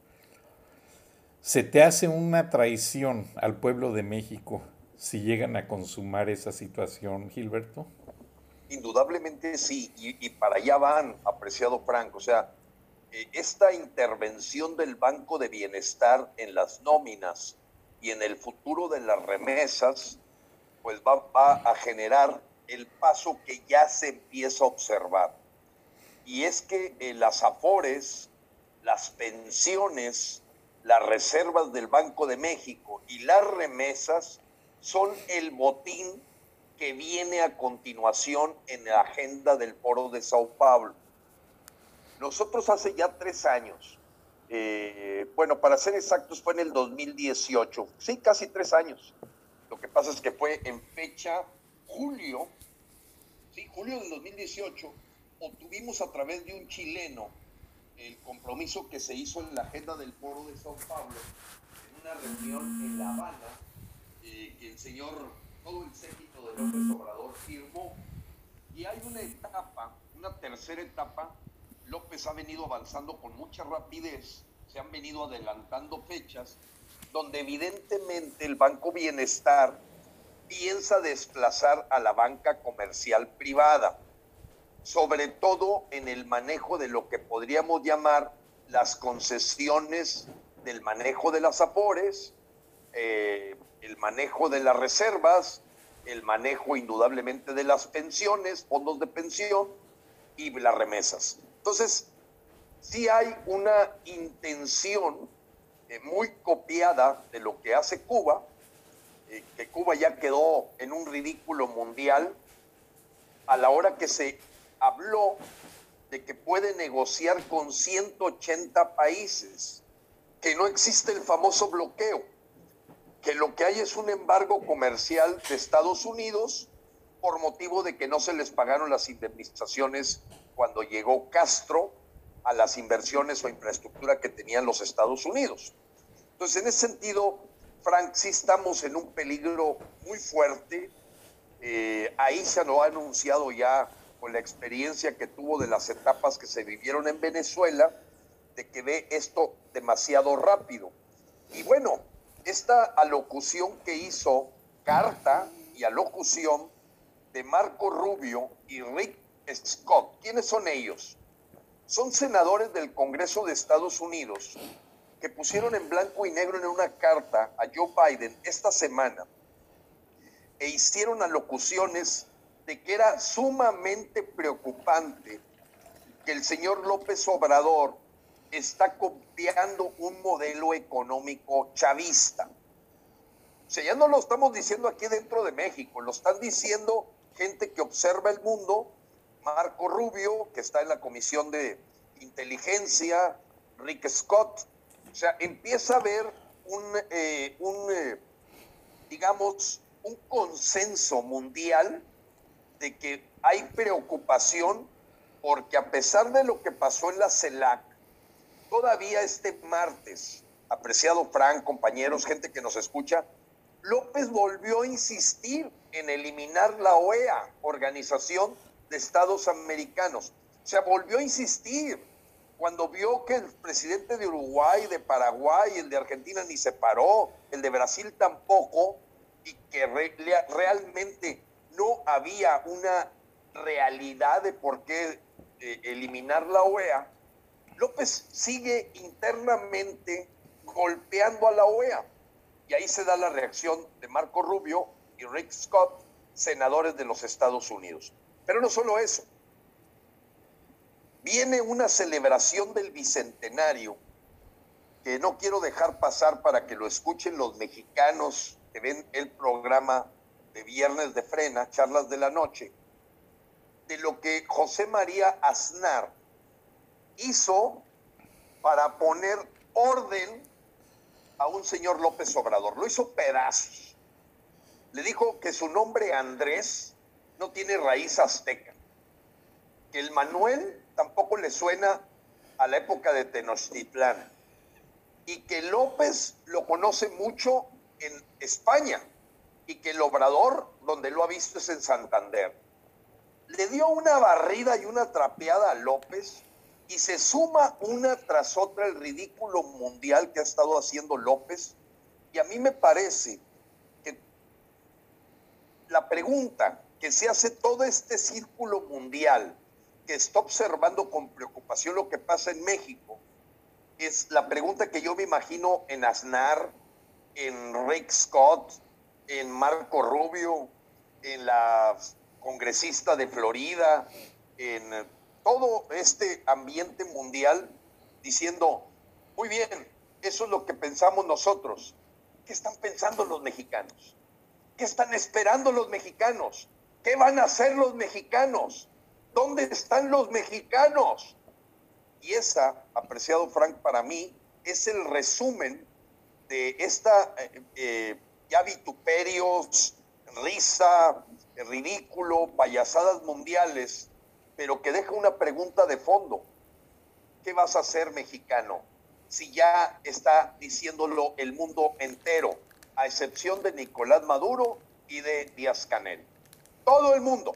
¿Se te hace una traición al pueblo de México si llegan a consumar esa situación, Gilberto? Indudablemente sí, y para allá van, apreciado Frank. O sea, esta intervención del Banco de Bienestar en las nóminas y en el futuro de las remesas, pues va a generar el paso que ya se empieza a observar. Y es que las afores, las pensiones, las reservas del Banco de México y las remesas son el botín que viene a continuación en la agenda del Foro de Sao Paulo. Nosotros hace ya 3 años, bueno, para ser exactos fue en el 2018, sí, casi 3 años. Lo que pasa es que fue en fecha julio del 2018, obtuvimos a través de un chileno el compromiso que se hizo en la agenda del Foro de Sao Paulo, en una reunión en La Habana, que el señor, todo el séquito de López Obrador firmó. Y hay una etapa, una tercera etapa. López ha venido avanzando con mucha rapidez, se han venido adelantando fechas, donde evidentemente el Banco Bienestar piensa desplazar a la banca comercial privada, sobre todo en el manejo de lo que podríamos llamar las concesiones del manejo de las afores, el manejo de las reservas, el manejo indudablemente de las pensiones, fondos de pensión y las remesas. Entonces, sí hay una intención muy copiada de lo que hace Cuba, que Cuba ya quedó en un ridículo mundial a la hora que se habló de que puede negociar con 180 países, que no existe el famoso bloqueo, que lo que hay es un embargo comercial de Estados Unidos por motivo de que no se les pagaron las indemnizaciones cuando llegó Castro a las inversiones o infraestructura que tenían los Estados Unidos. Entonces, en ese sentido, Frank, sí estamos en un peligro muy fuerte. Ahí se lo ha anunciado ya con la experiencia que tuvo de las etapas que se vivieron en Venezuela, de que ve esto demasiado rápido. Y bueno, esta alocución que hizo, carta y alocución de Marco Rubio y Rick Scott. ¿Quiénes son ellos? Son senadores del Congreso de Estados Unidos que pusieron en blanco y negro en una carta a Joe Biden esta semana e hicieron alocuciones de que era sumamente preocupante que el señor López Obrador está copiando un modelo económico chavista. O sea, ya no lo estamos diciendo aquí dentro de México, lo están diciendo gente que observa el mundo. Marco Rubio, que está en la Comisión de Inteligencia, Rick Scott. O sea, empieza a haber digamos, un consenso mundial de que hay preocupación porque a pesar de lo que pasó en la CELAC, todavía este martes, apreciado Frank, compañeros, gente que nos escucha, López volvió a insistir en eliminar la OEA, Organización de Estados Americanos. O sea, volvió a insistir cuando vio que el presidente de Uruguay, de Paraguay, el de Argentina ni se paró, el de Brasil tampoco, y que realmente no había una realidad de por qué eliminar la OEA. López sigue internamente golpeando a la OEA. Y ahí se da la reacción de Marco Rubio y Rick Scott, senadores de los Estados Unidos. Pero no solo eso. Viene una celebración del Bicentenario que no quiero dejar pasar para que lo escuchen los mexicanos que ven el programa de Viernes de Frena, Charlas de la Noche, de lo que José María Aznar hizo para poner orden a un señor López Obrador. Lo hizo pedazos. Le dijo que su nombre Andrés no tiene raíz azteca, que el Manuel tampoco le suena a la época de Tenochtitlán y que López lo conoce mucho en España y que el Obrador donde lo ha visto es en Santander. le dio una barrida y una trapeada a López y se suma una tras otra el ridículo mundial que ha estado haciendo López. Y a mí me parece que la pregunta que se hace todo este círculo mundial que está observando con preocupación lo que pasa en México es la pregunta que yo me imagino en Aznar, en Rick Scott, en Marco Rubio, en la congresista de Florida, en todo este ambiente mundial, diciendo, muy bien, eso es lo que pensamos nosotros. ¿Qué están pensando los mexicanos? ¿Qué están esperando los mexicanos? ¿Qué van a hacer los mexicanos? ¿Dónde están los mexicanos? Y esa, apreciado Frank, para mí, es el resumen de esta ya vituperios, risa, ridículo, payasadas mundiales, pero que deja una pregunta de fondo. ¿Qué vas a hacer, mexicano? Si ya está diciéndolo el mundo entero, a excepción de Nicolás Maduro y de Díaz-Canel. Todo el mundo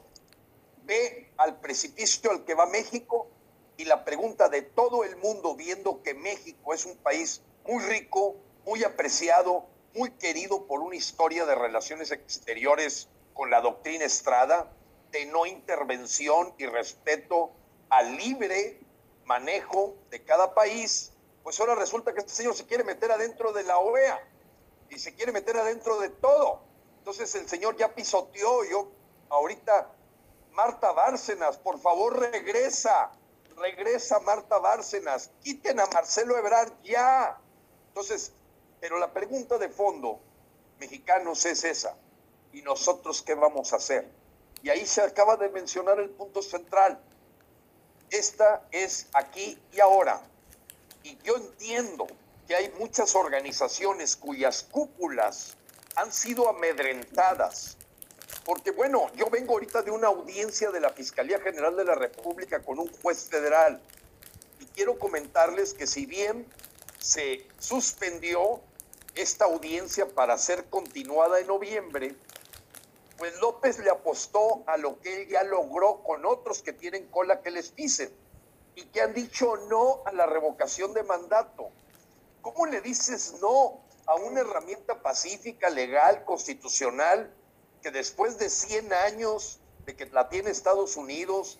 ve al precipicio al que va México, y la pregunta de todo el mundo, viendo que México es un país muy rico, muy apreciado, muy querido por una historia de relaciones exteriores con la doctrina Estrada, de no intervención y respeto al libre manejo de cada país, pues ahora resulta que este señor se quiere meter adentro de la OEA y se quiere meter adentro de todo. Entonces el señor ya pisoteó. Yo ahorita, Marta Bárcenas, por favor regresa Marta Bárcenas, quiten a Marcelo Ebrard ya. Entonces, pero la pregunta de fondo, mexicanos, es esa. ¿Y nosotros qué vamos a hacer? Y ahí se acaba de mencionar el punto central. Esta es aquí y ahora. Y yo entiendo que hay muchas organizaciones cuyas cúpulas han sido amedrentadas. Porque bueno, yo vengo ahorita de una audiencia de la Fiscalía General de la República con un juez federal. Y quiero comentarles que si bien se suspendió esta audiencia para ser continuada en noviembre, pues López le apostó a lo que él ya logró con otros que tienen cola que les pisen y que han dicho no a la revocación de mandato. ¿Cómo le dices no a una herramienta pacífica, legal, constitucional, que después de 100 años de que la tiene Estados Unidos,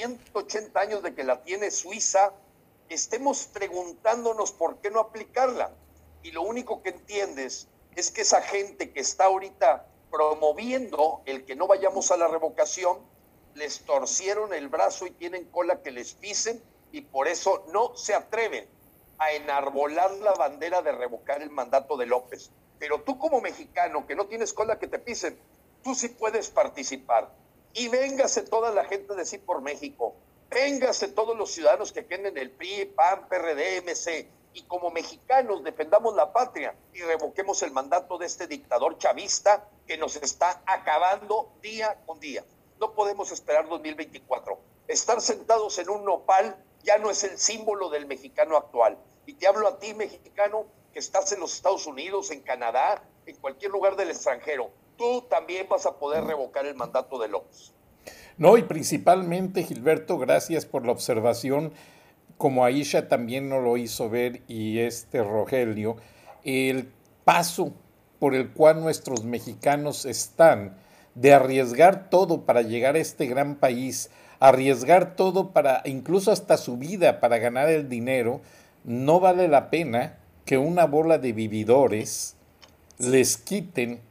180 años de que la tiene Suiza, estemos preguntándonos por qué no aplicarla? Y lo único que entiendes es que esa gente que está ahorita promoviendo el que no vayamos a la revocación, les torcieron el brazo y tienen cola que les pisen, y por eso no se atreven a enarbolar la bandera de revocar el mandato de López. Pero tú como mexicano que no tienes cola que te pisen, tú sí puedes participar. Y véngase toda la gente de Sí por México, véngase todos los ciudadanos que queden en el PRI, PAN, PRD, MC, y como mexicanos defendamos la patria y revoquemos el mandato de este dictador chavista que nos está acabando día con día. No podemos esperar 2024. Estar sentados en un nopal ya no es el símbolo del mexicano actual. Y te hablo a ti, mexicano, que estás en los Estados Unidos, en Canadá, en cualquier lugar del extranjero. Tú también vas a poder revocar el mandato de López. No, y principalmente, Gilberto, gracias por la observación, como Aisha también nos lo hizo ver y Rogelio, el paso por el cual nuestros mexicanos están de arriesgar todo para llegar a este gran país, arriesgar todo para, incluso hasta su vida, para ganar el dinero, no vale la pena que una bola de vividores les quiten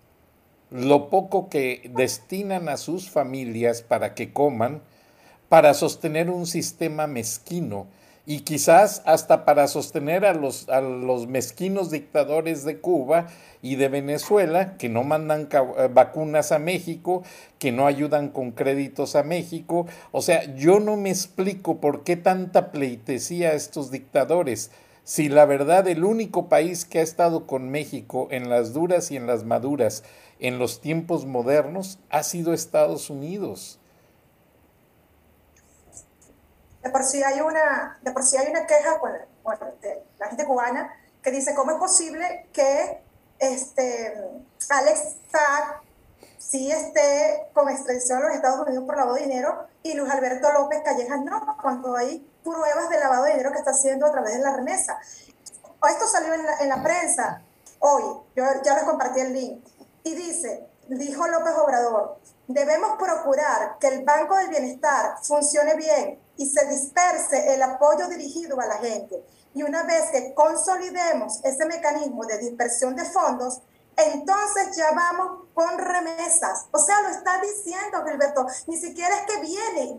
lo poco que destinan a sus familias para que coman, para sostener un sistema mezquino y quizás hasta para sostener a los mezquinos dictadores de Cuba y de Venezuela, que no mandan vacunas a México, que no ayudan con créditos a México. O sea, yo no me explico por qué tanta pleitesía a estos dictadores, si la verdad el único país que ha estado con México en las duras y en las maduras en los tiempos modernos ha sido Estados Unidos. De por sí hay una queja de la gente cubana que dice cómo es posible que Alex Saab sí esté con extradición a los Estados Unidos por lavado de dinero y Luis Alberto López Callejas no, cuando hay pruebas de lavado de dinero que está haciendo a través de la remesa. Esto salió en la prensa hoy, yo ya les compartí el link, y dijo López Obrador, debemos procurar que el Banco del Bienestar funcione bien y se disperse el apoyo dirigido a la gente. Y una vez que consolidemos ese mecanismo de dispersión de fondos, entonces ya vamos con remesas. O sea, lo está diciendo Gilberto, ni siquiera es que viene,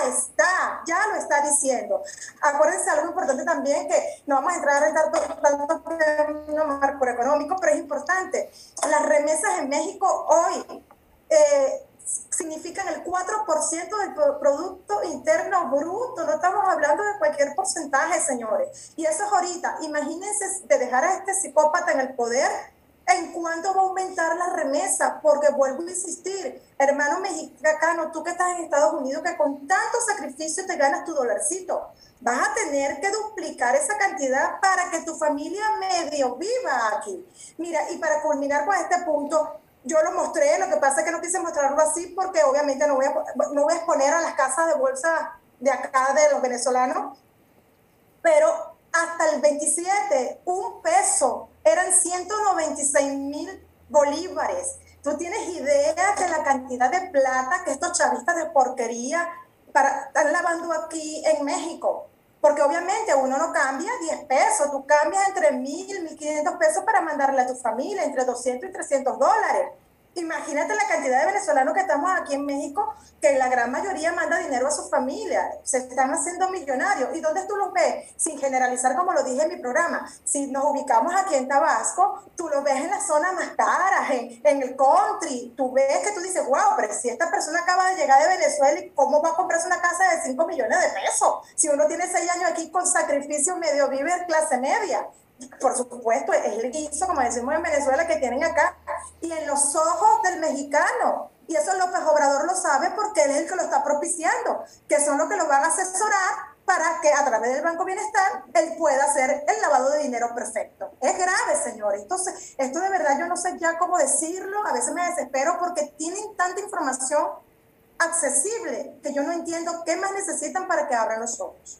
ya lo está diciendo. Acuérdense algo importante también, que no vamos a entrar en tanto macroeconómico, pero es importante. Las remesas en México hoy significan el 4% del Producto Interno Bruto. No estamos hablando de cualquier porcentaje, señores. Y eso es ahorita. Imagínense de dejar a este psicópata en el poder, ¿en cuánto va a aumentar la remesa? Porque vuelvo a insistir, hermano mexicano, tú que estás en Estados Unidos, que con tanto sacrificio te ganas tu dolarcito, vas a tener que duplicar esa cantidad para que tu familia medio viva aquí. Mira, y para culminar con este punto, yo lo mostré, lo que pasa es que no quise mostrarlo así porque obviamente no voy a exponer a las casas de bolsa de acá de los venezolanos, pero hasta el 27, un peso eran 196,000 bolívares. ¿Tú tienes idea de la cantidad de plata que estos chavistas de porquería están lavando aquí en México? Porque obviamente uno no cambia 10 pesos, tú cambias entre 1,000, 1,500 pesos para mandarle a tu familia, entre 200 y 300 dólares. Imagínate la cantidad de venezolanos que estamos aquí en México, que la gran mayoría manda dinero a su familia, se están haciendo millonarios. ¿Y dónde tú los ves? Sin generalizar, como lo dije en mi programa, si nos ubicamos aquí en Tabasco, tú los ves en las zonas más caras, en el country, tú ves que tú dices, wow, pero si esta persona acaba de llegar de Venezuela, ¿cómo va a comprarse una casa de 5 millones de pesos? Si uno tiene 6 años aquí con sacrificio, medio vive clase media. Por supuesto, es el guiso, como decimos en Venezuela, que tienen acá, y en los ojos del mexicano. Y eso López Obrador lo sabe porque él es el que lo está propiciando, que son los que lo van a asesorar para que a través del Banco Bienestar él pueda hacer el lavado de dinero perfecto. Es grave, señores. Entonces, esto de verdad yo no sé ya cómo decirlo, a veces me desespero porque tienen tanta información accesible que yo no entiendo qué más necesitan para que abran los ojos.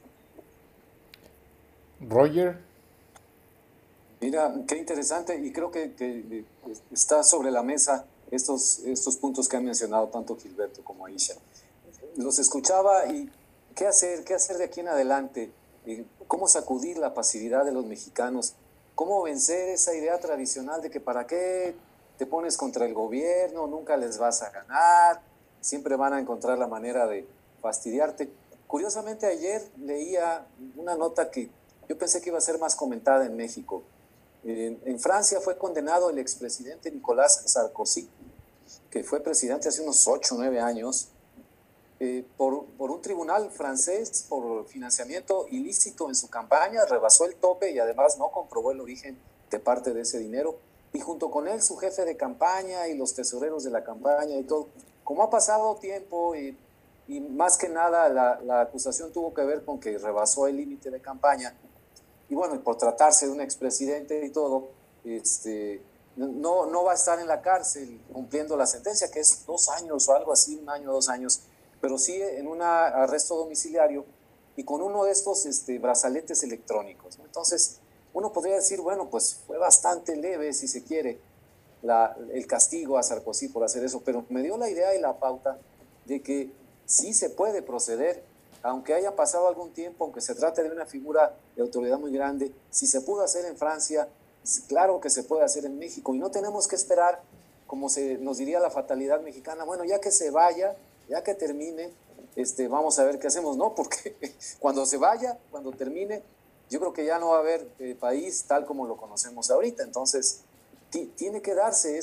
Roger. Mira, qué interesante, y creo que está sobre la mesa estos puntos que han mencionado tanto Gilberto como Aisha. Los escuchaba y ¿qué hacer de aquí en adelante? ¿Cómo sacudir la pasividad de los mexicanos? ¿Cómo vencer esa idea tradicional de que para qué te pones contra el gobierno, nunca les vas a ganar, siempre van a encontrar la manera de fastidiarte? Curiosamente, ayer leía una nota que yo pensé que iba a ser más comentada en México. En Francia fue condenado el expresidente Nicolas Sarkozy, que fue presidente hace unos 8 o 9 años, por un tribunal francés por financiamiento ilícito en su campaña, rebasó el tope y además no comprobó el origen de parte de ese dinero. Y junto con él su jefe de campaña y los tesoreros de la campaña y todo. Como ha pasado tiempo y más que nada la acusación tuvo que ver con que rebasó el límite de campaña, y bueno, por tratarse de un expresidente y todo, no va a estar en la cárcel cumpliendo la sentencia, que es 2 años o algo así, 1 año, 2 años, pero sí en un arresto domiciliario y con uno de estos brazaletes electrónicos, ¿no? Entonces, uno podría decir, bueno, pues fue bastante leve, si se quiere, el castigo a Sarkozy por hacer eso, pero me dio la idea y la pauta de que sí se puede proceder, aunque haya pasado algún tiempo, aunque se trate de una figura de autoridad muy grande. Si se pudo hacer en Francia, claro que se puede hacer en México, y no tenemos que esperar, como nos diría la fatalidad mexicana, bueno, ya que se vaya, ya que termine, vamos a ver qué hacemos, ¿no? Porque cuando se vaya, cuando termine, yo creo que ya no va a haber país tal como lo conocemos ahorita. Entonces, tiene que darse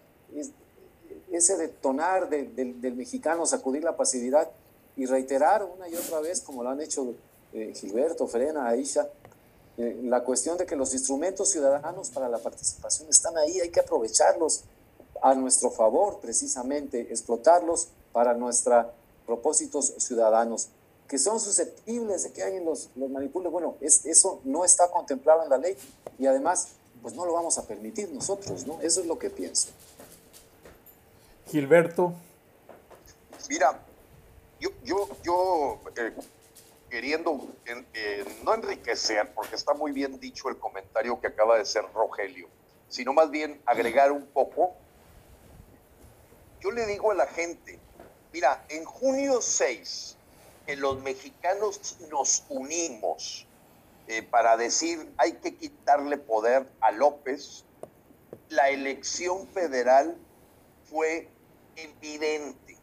ese detonar del mexicano, sacudir la pasividad y reiterar una y otra vez, como lo han hecho Gilberto, Frena, Aisha, la cuestión de que los instrumentos ciudadanos para la participación están ahí, hay que aprovecharlos a nuestro favor, precisamente, explotarlos para nuestros propósitos ciudadanos, que son susceptibles de que alguien los manipule. Bueno, eso no está contemplado en la ley y además, pues no lo vamos a permitir nosotros, ¿no? Eso es lo que pienso. Gilberto. Mira, yo queriendo no enriquecer, porque está muy bien dicho el comentario que acaba de hacer Rogelio, sino más bien agregar un poco. Yo le digo a la gente, mira, en junio 6, que los mexicanos nos unimos para decir hay que quitarle poder a López, la elección federal fue evidente.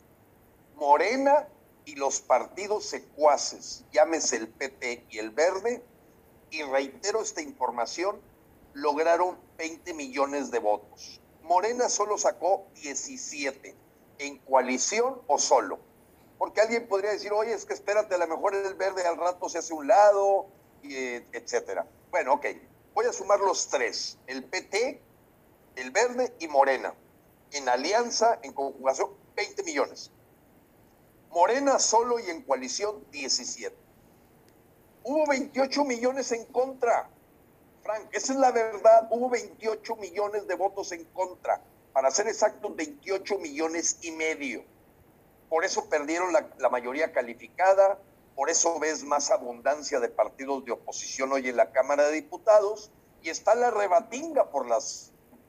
Morena y los partidos secuaces, llámese el PT y el Verde, y reitero esta información, lograron 20 millones de votos. Morena solo sacó 17, en coalición o solo. Porque alguien podría decir, oye, es que espérate, a lo mejor el Verde al rato se hace un lado, etcétera. Bueno, ok, voy a sumar los tres, el PT, el Verde y Morena. En alianza, en conjugación, 20 millones. Morena solo y en coalición, 17. Hubo 28 millones en contra. Frank, esa es la verdad. Hubo 28 millones de votos en contra. Para ser exactos, 28 millones y medio. Por eso perdieron la mayoría calificada. Por eso ves más abundancia de partidos de oposición hoy en la Cámara de Diputados. Y está la rebatinga por las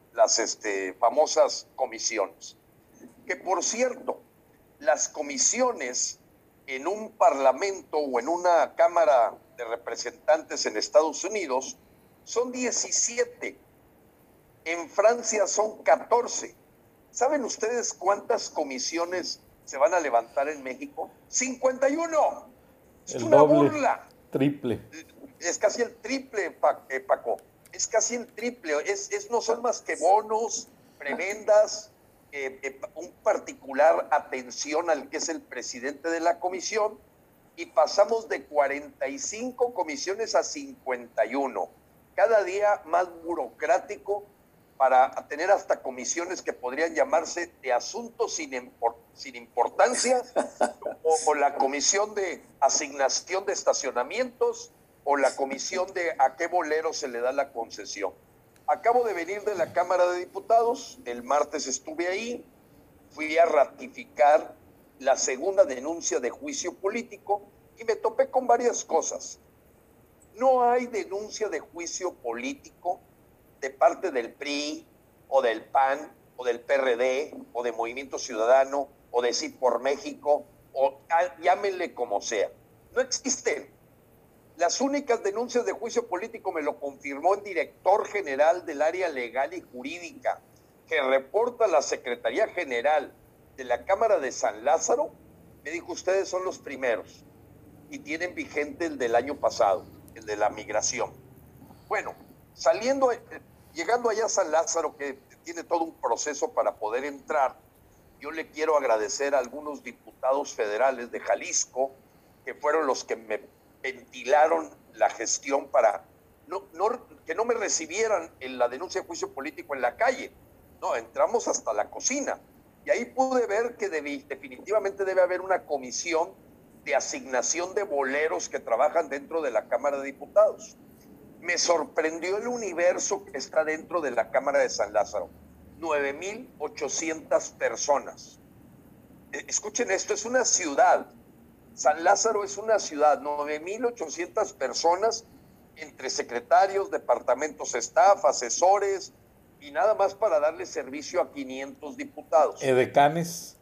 famosas comisiones. Que por cierto, las comisiones en un parlamento o en una Cámara de Representantes en Estados Unidos son 17. En Francia son 14. ¿Saben ustedes cuántas comisiones se van a levantar en México? 51. Es El una doble, burla. triple. Es casi el triple, Paco. Es casi el triple. No son más que bonos, prebendas, un particular atención al que es el presidente de la comisión, y pasamos de 45 comisiones a 51. Cada día más burocrático, para tener hasta comisiones que podrían llamarse de asuntos sin importancia, o la comisión de asignación de estacionamientos, o la comisión de a qué bolero se le da la concesión. Acabo de venir de la Cámara de Diputados, el martes estuve ahí, fui a ratificar la segunda denuncia de juicio político y me topé con varias cosas. No hay denuncia de juicio político de parte del PRI o del PAN o del PRD o de Movimiento Ciudadano o de Sí por México, o llámenle como sea. No existen. Las únicas denuncias de juicio político me lo confirmó el director general del área legal y jurídica, que reporta a la Secretaría General de la Cámara de San Lázaro. Me dijo, ustedes son los primeros y tienen vigente el del año pasado, el de la migración. Bueno, llegando allá a San Lázaro, que tiene todo un proceso para poder entrar, yo le quiero agradecer a algunos diputados federales de Jalisco, que fueron los que me ventilaron la gestión para que no me recibieran en la denuncia de juicio político en la calle. No, entramos hasta la cocina. Y ahí pude ver que definitivamente debe haber una comisión de asignación de boleros que trabajan dentro de la Cámara de Diputados. Me sorprendió el universo que está dentro de la Cámara de San Lázaro. 9,800 personas. Escuchen esto, es una ciudad. San Lázaro es una ciudad, 9,800 personas, entre secretarios, departamentos staff, asesores, y nada más para darle servicio a 500 diputados. Edecanes,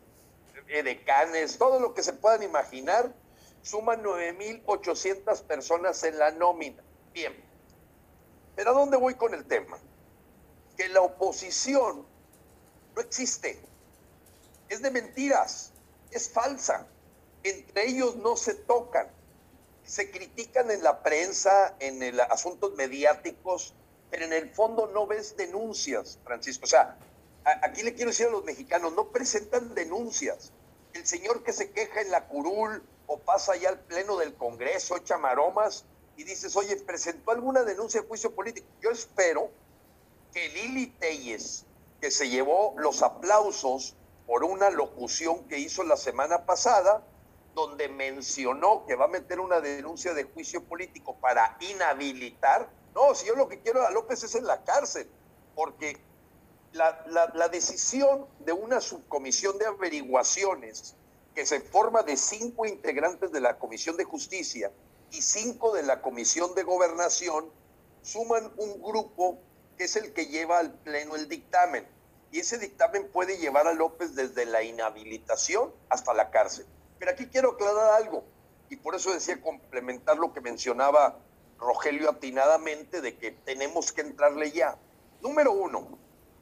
todo lo que se puedan imaginar, suman 9,800 personas en la nómina. Bien, pero ¿a dónde voy con el tema? Que la oposición no existe, es de mentiras, es falsa. Entre ellos no se tocan, se critican en la prensa, en asuntos mediáticos, pero en el fondo no ves denuncias, Francisco. O sea, aquí le quiero decir a los mexicanos, no presentan denuncias. El señor que se queja en la curul o pasa allá al pleno del Congreso, echa maromas y dices, oye, ¿presentó alguna denuncia de juicio político? Yo espero que Lili Telles, que se llevó los aplausos por una locución que hizo la semana pasada, donde mencionó que va a meter una denuncia de juicio político para inhabilitar. No, si yo lo que quiero a López es en la cárcel, porque La decisión de una subcomisión de averiguaciones que se forma de 5 integrantes de la Comisión de Justicia y 5 de la Comisión de Gobernación suman un grupo que es el que lleva al Pleno el dictamen. Y ese dictamen puede llevar a López desde la inhabilitación hasta la cárcel. Pero aquí quiero aclarar algo, y por eso decía complementar lo que mencionaba Rogelio atinadamente, de que tenemos que entrarle ya. Número 1,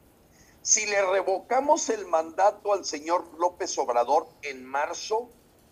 si le revocamos el mandato al señor López Obrador en marzo,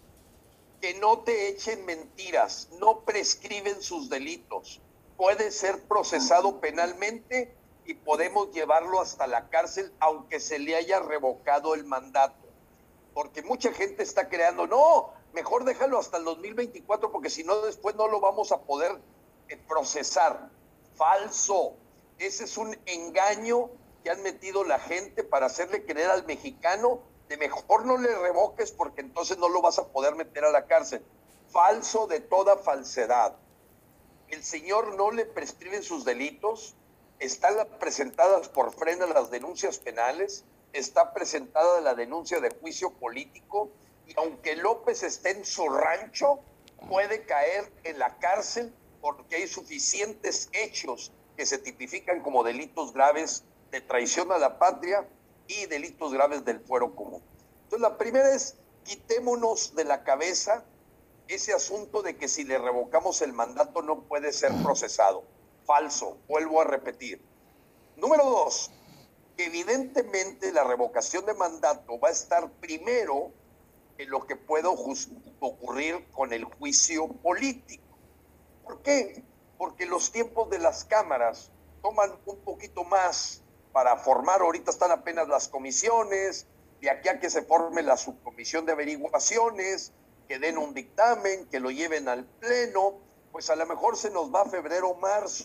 que no te echen mentiras, no prescriben sus delitos, puede ser procesado penalmente y podemos llevarlo hasta la cárcel aunque se le haya revocado el mandato. Porque mucha gente está creando, no, mejor déjalo hasta el 2024 porque si no después no lo vamos a poder procesar. Falso. Ese es un engaño que han metido la gente para hacerle creer al mexicano de mejor no le revoques porque entonces no lo vas a poder meter a la cárcel. Falso de toda falsedad. El señor no le prescriben sus delitos, están presentadas por Frena las denuncias penales, está presentada la denuncia de juicio político y aunque López esté en su rancho, puede caer en la cárcel porque hay suficientes hechos que se tipifican como delitos graves de traición a la patria y delitos graves del fuero común. Entonces la primera es, quitémonos de la cabeza ese asunto de que si le revocamos el mandato no puede ser procesado. Falso, vuelvo a repetir. Número 2, evidentemente la revocación de mandato va a estar primero en lo que pueda ocurrir con el juicio político. ¿Por qué? Porque los tiempos de las cámaras toman un poquito más para formar, ahorita están apenas las comisiones, de aquí a que se forme la subcomisión de averiguaciones, que den un dictamen, que lo lleven al pleno, pues a lo mejor se nos va a febrero o marzo.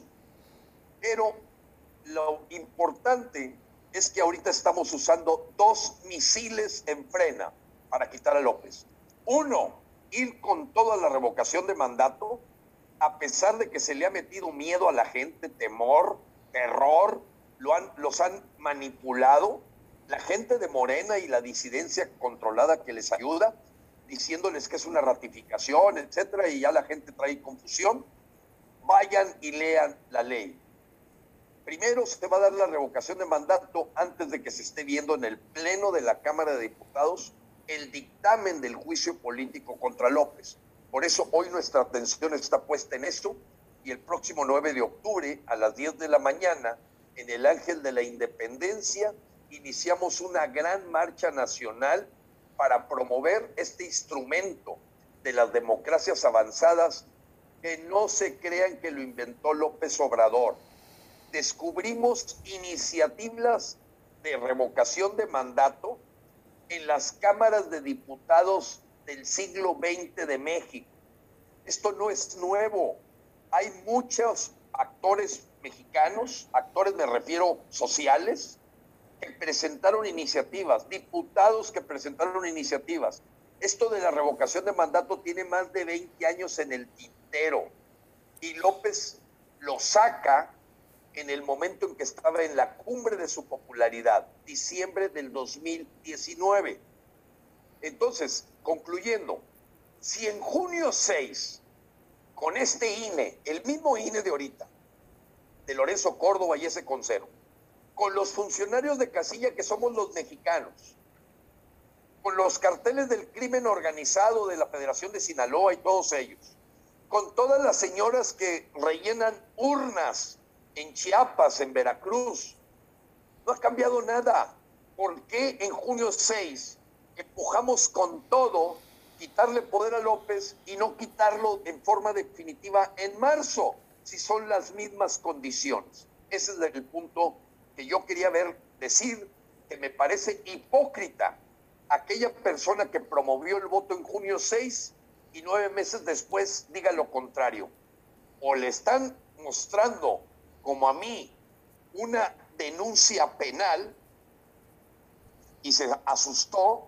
Pero lo importante es que ahorita estamos usando 2 misiles en Frena para quitar a López. 1, ir con toda la revocación de mandato, a pesar de que se le ha metido miedo a la gente, temor, terror, los han manipulado, la gente de Morena y la disidencia controlada que les ayuda, diciéndoles que es una ratificación, etcétera, y ya la gente trae confusión. Vayan y lean la ley. Primero se va a dar la revocación de mandato antes de que se esté viendo en el Pleno de la Cámara de Diputados el dictamen del juicio político contra López. Por eso hoy nuestra atención está puesta en eso y el próximo 9 de octubre a las 10 de la mañana en el Ángel de la Independencia iniciamos una gran marcha nacional para promover este instrumento de las democracias avanzadas que no se crean que lo inventó López Obrador. Descubrimos iniciativas de revocación de mandato en las cámaras de diputados del siglo XX de México. Esto no es nuevo. Hay muchos actores mexicanos, actores me refiero sociales, que presentaron iniciativas, diputados que presentaron iniciativas. Esto de la revocación de mandato tiene más de 20 años en el tintero y López lo saca en el momento en que estaba en la cumbre de su popularidad, diciembre del 2019. Entonces, concluyendo, si en junio 6, con este INE, el mismo INE de ahorita, de Lorenzo Córdoba y ese Concero, con los funcionarios de casilla que somos los mexicanos, con los carteles del crimen organizado de la Federación de Sinaloa y todos ellos, con todas las señoras que rellenan urnas en Chiapas, en Veracruz, no ha cambiado nada. ¿Por qué en junio 6 empujamos con todo quitarle poder a López y no quitarlo en forma definitiva en marzo, si son las mismas condiciones? Ese es el punto que yo quería decir, que me parece hipócrita aquella persona que promovió el voto en junio 6 y 9 meses después diga lo contrario. O le están mostrando, como a mí, una denuncia penal y se asustó,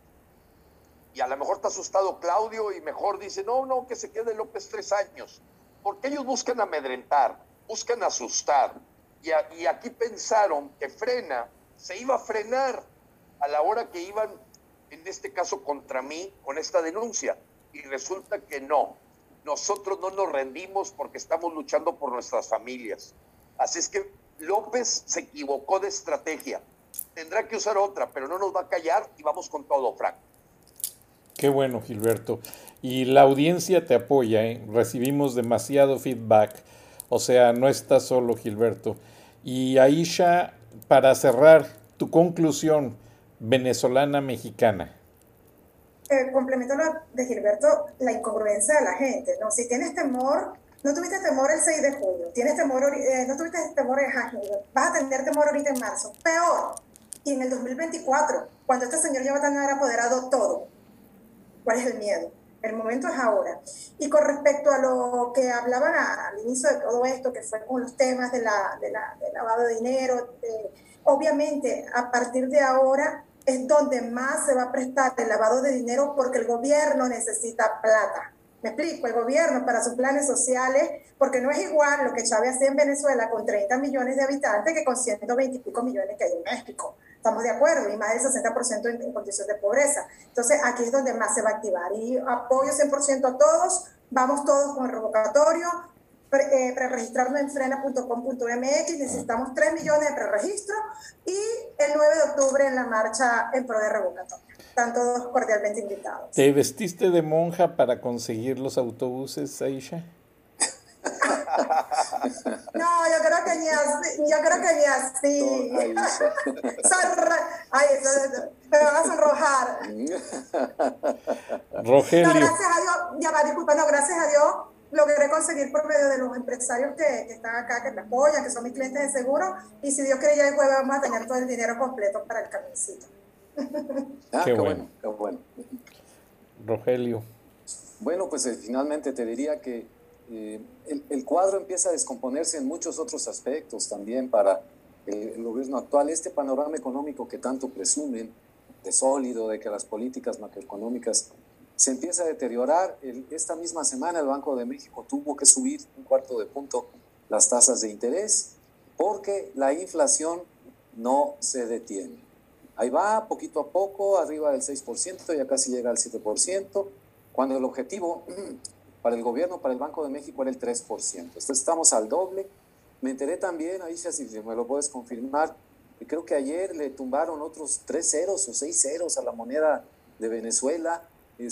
y a lo mejor está asustado Claudio y mejor dice, no, que se quede López 3 años, porque ellos buscan amedrentar, buscan asustar, y aquí pensaron que Frena se iba a frenar a la hora que iban, en este caso contra mí, con esta denuncia. Y resulta que no. Nosotros no nos rendimos porque estamos luchando por nuestras familias. Así es que López se equivocó de estrategia. Tendrá que usar otra, pero no nos va a callar y vamos con todo, Frank. Qué bueno, Gilberto. Y la audiencia te apoya, ¿eh? Recibimos demasiado feedback. O sea, no estás solo, Gilberto. Y Aisha, para cerrar, tu conclusión, venezolana mexicana. Complemento lo de Gilberto, la incongruencia de la gente, ¿no? Si tienes temor, no tuviste temor el 6 de julio, tienes temor, no tuviste temor en junio, vas a tener temor ahorita en marzo, peor, y en el 2024, cuando este señor ya va a tener apoderado todo. ¿Cuál es el miedo? El momento es ahora. Y con respecto a lo que hablaban al inicio de todo esto, que fue con los temas del lavado de dinero, obviamente a partir de ahora es donde más se va a prestar el lavado de dinero porque el gobierno necesita plata. Me explico, el gobierno para sus planes sociales, porque no es igual lo que Chávez hacía en Venezuela con 30 millones de habitantes que con 120 y pico millones que hay en México. Estamos de acuerdo, y más del 60% en condición de pobreza. Entonces, aquí es donde más se va a activar. Y apoyo 100% a todos, vamos todos con el revocatorio, preregistrarnos en frena.com.mx, necesitamos 3 millones de preregistro, y el 9 de octubre en la marcha en pro de revocatorio. Están todos cordialmente invitados. ¿Te vestiste de monja para conseguir los autobuses, Aisha? No, yo creo que ni así. Ay, me van a sonrojar. Rogelio. No, gracias a Dios, ya va, disculpa, no, gracias a Dios logré conseguir por medio de los empresarios que están acá, que me apoyan, que son mis clientes de seguro, y si Dios quiere ya el jueves vamos a tener todo el dinero completo para el camioncito. Qué bueno. Qué bueno. Rogelio. Bueno, pues finalmente te diría que el cuadro empieza a descomponerse en muchos otros aspectos también para el gobierno actual. Este panorama económico que tanto presumen, de sólido, de que las políticas macroeconómicas se empieza a deteriorar. Esta misma semana el Banco de México tuvo que subir 1/4 punto las tasas de interés porque la inflación no se detiene. Ahí va, poquito a poco, arriba del 6%, ya casi llega al 7%, cuando el objetivo para el gobierno, para el Banco de México, era el 3%. Entonces estamos al doble. Me enteré también, Aisha, si me lo puedes confirmar, que creo que ayer le tumbaron otros 3 ceros o 6 ceros a la moneda de Venezuela. No,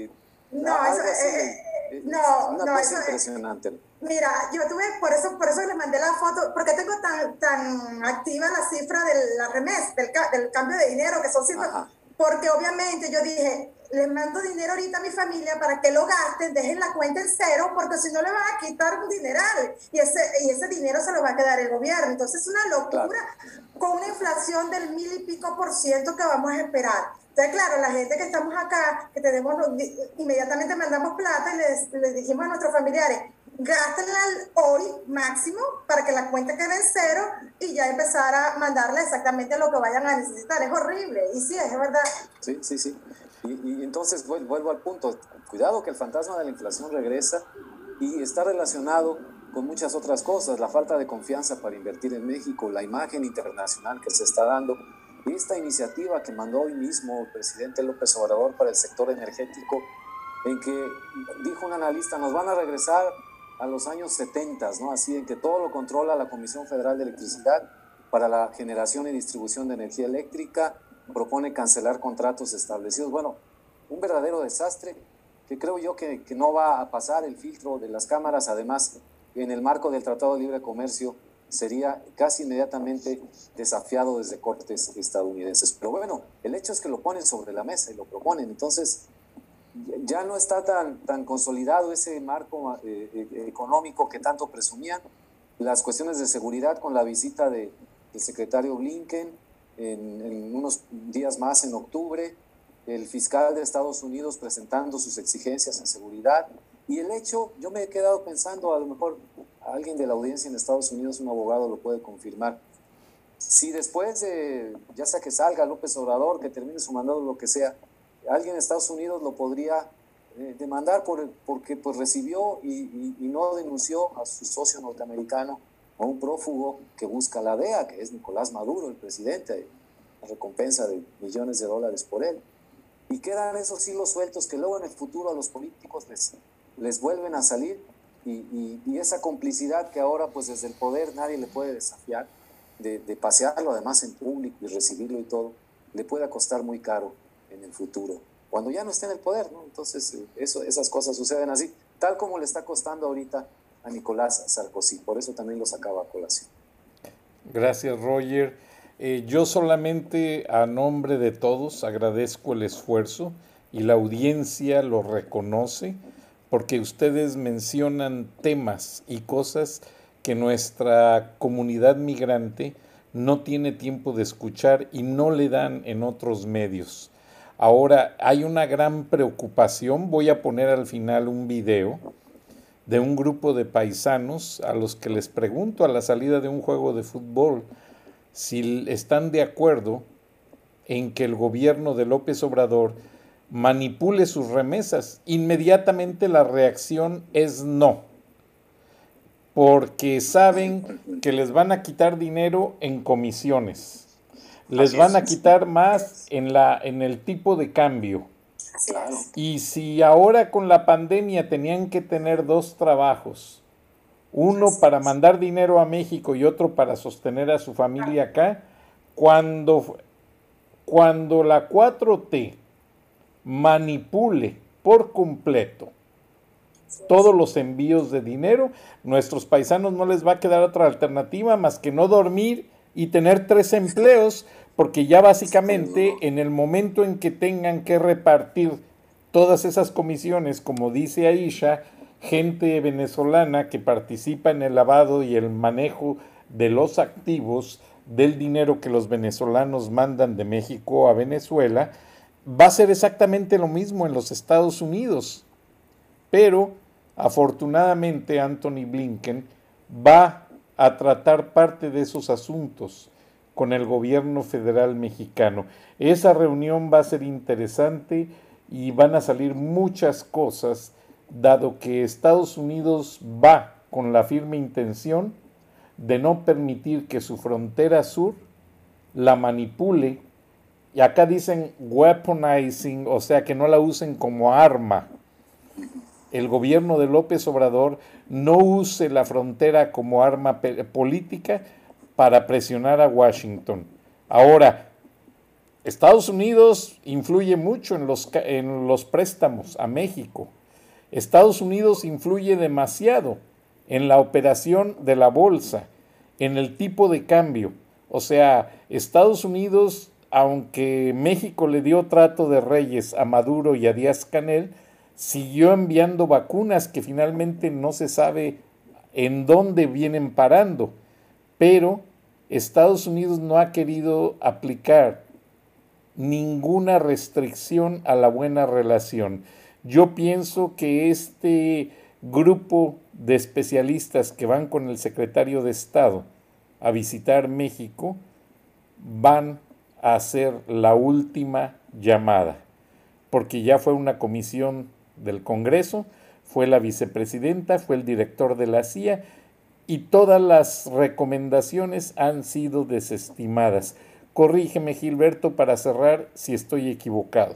algo así, una cosa impresionante. Mira, yo tuve, por eso le mandé la foto, porque tengo tan activa la cifra de la remesa, del cambio de dinero, que son 100, porque obviamente yo dije, les mando dinero ahorita a mi familia para que lo gasten, dejen la cuenta en cero, porque si no le van a quitar un dineral, y ese dinero se lo va a quedar el gobierno. Entonces es una locura, claro, con una inflación del 1000 y pico % que vamos a esperar. Entonces, claro, la gente que estamos acá, que tenemos, inmediatamente mandamos plata y les dijimos a nuestros familiares, gástenla hoy máximo para que la cuenta quede en cero y ya empezar a mandarle exactamente lo que vayan a necesitar. Es horrible, y sí, es verdad. Sí. Y entonces vuelvo al punto. Cuidado que el fantasma de la inflación regresa y está relacionado con muchas otras cosas. La falta de confianza para invertir en México, la imagen internacional que se está dando. Esta iniciativa que mandó hoy mismo el presidente López Obrador para el sector energético, en que dijo un analista, nos van a regresar a los años 70, ¿no? Así, en que todo lo controla la Comisión Federal de Electricidad para la generación y distribución de energía eléctrica, propone cancelar contratos establecidos. Bueno, un verdadero desastre que creo yo que no va a pasar el filtro de las cámaras. Además, en el marco del Tratado de Libre Comercio, sería casi inmediatamente desafiado desde cortes estadounidenses. Pero bueno, el hecho es que lo ponen sobre la mesa y lo proponen. Entonces, ya no está tan consolidado ese marco económico que tanto presumían. Las cuestiones de seguridad, con la visita del secretario Blinken en unos días más en octubre, el fiscal de Estados Unidos presentando sus exigencias en seguridad. Y el hecho, yo me he quedado pensando, a lo mejor alguien de la audiencia en Estados Unidos, un abogado, lo puede confirmar. Si después de, ya sea que salga López Obrador, que termine su mandato, lo que sea, alguien en Estados Unidos lo podría demandar porque pues recibió y no denunció a su socio norteamericano, a un prófugo que busca la DEA, que es Nicolás Maduro, el presidente recompensa de millones de dólares por él. Y quedan esos hilos sueltos que luego en el futuro a los políticos les vuelven a salir, y esa complicidad que ahora pues desde el poder nadie le puede desafiar, de pasearlo además en público y recibirlo y todo, le puede costar muy caro en el futuro, cuando ya no esté en el poder, ¿no? Entonces esas cosas suceden así, tal como le está costando ahorita a Nicolás Sarkozy. Por eso también lo sacaba a colación. Gracias, Roger. Yo solamente a nombre de todos agradezco el esfuerzo y la audiencia lo reconoce, porque ustedes mencionan temas y cosas que nuestra comunidad migrante no tiene tiempo de escuchar y no le dan en otros medios. Ahora hay una gran preocupación. Voy a poner al final un video de un grupo de paisanos a los que les pregunto a la salida de un juego de fútbol si están de acuerdo en que el gobierno de López Obrador manipule sus remesas. Inmediatamente la reacción es no, porque saben que les van a quitar dinero en comisiones, les van a quitar más en el tipo de cambio. Y si ahora con la pandemia tenían que tener 2 trabajos, uno para mandar dinero a México y otro para sostener a su familia acá, cuando la 4T manipule por completo todos los envíos de dinero, nuestros paisanos no les va a quedar otra alternativa más que no dormir y tener 3 empleos, porque ya básicamente en el momento en que tengan que repartir todas esas comisiones, como dice Aisha, gente venezolana que participa en el lavado y el manejo de los activos del dinero que los venezolanos mandan de México a Venezuela, va a ser exactamente lo mismo en los Estados Unidos. Pero afortunadamente Antony Blinken va a tratar parte de esos asuntos con el gobierno federal mexicano. Esa reunión va a ser interesante y van a salir muchas cosas, dado que Estados Unidos va con la firme intención de no permitir que su frontera sur la manipule, y acá dicen weaponizing, o sea que no la usen como arma. El gobierno de López Obrador no use la frontera como arma política para presionar a Washington. Ahora, Estados Unidos influye mucho en los préstamos a México. Estados Unidos influye demasiado en la operación de la bolsa, en el tipo de cambio. O sea, Estados Unidos, aunque México le dio trato de reyes a Maduro y a Díaz-Canel, siguió enviando vacunas que finalmente no se sabe en dónde vienen parando. Pero Estados Unidos no ha querido aplicar ninguna restricción a la buena relación. Yo pienso que este grupo de especialistas que van con el secretario de Estado a visitar México van a hacer la última llamada, porque ya fue una comisión del Congreso, fue la vicepresidenta, fue el director de la CIA, y todas las recomendaciones han sido desestimadas. Corrígeme, Gilberto, para cerrar si estoy equivocado.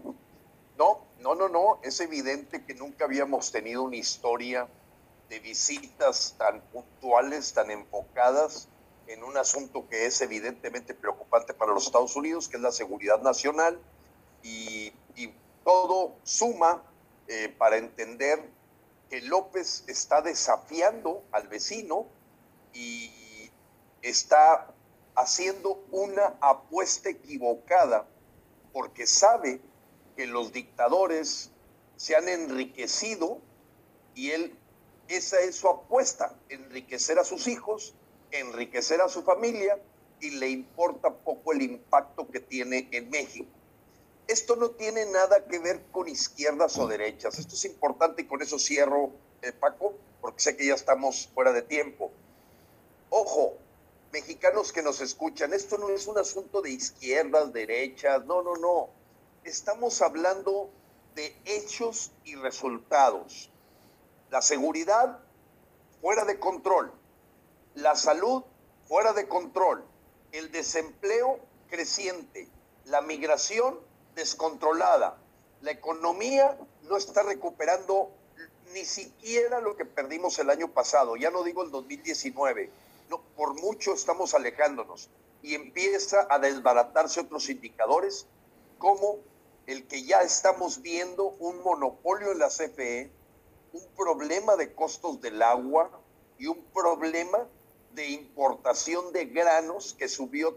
No, es evidente que nunca habíamos tenido una historia de visitas tan puntuales, tan enfocadas en un asunto que es evidentemente preocupante para los Estados Unidos, que es la seguridad nacional, y todo suma para entender que López está desafiando al vecino y está haciendo una apuesta equivocada, porque sabe que los dictadores se han enriquecido y esa es su apuesta, enriquecer a sus hijos, enriquecer a su familia, y le importa poco el impacto que tiene en México. Esto no tiene nada que ver con izquierdas o derechas. Esto es importante y con eso cierro, Paco, porque sé que ya estamos fuera de tiempo. Ojo, mexicanos que nos escuchan, esto no es un asunto de izquierdas, derechas, no. Estamos hablando de hechos y resultados. La seguridad fuera de control, la salud fuera de control, el desempleo creciente, la migración descontrolada, la economía no está recuperando ni siquiera lo que perdimos el año pasado, ya no digo el 2019, no, por mucho estamos alejándonos y empieza a desbaratarse otros indicadores como el que ya estamos viendo un monopolio en la CFE, un problema de costos del agua y un problema de importación de granos que subió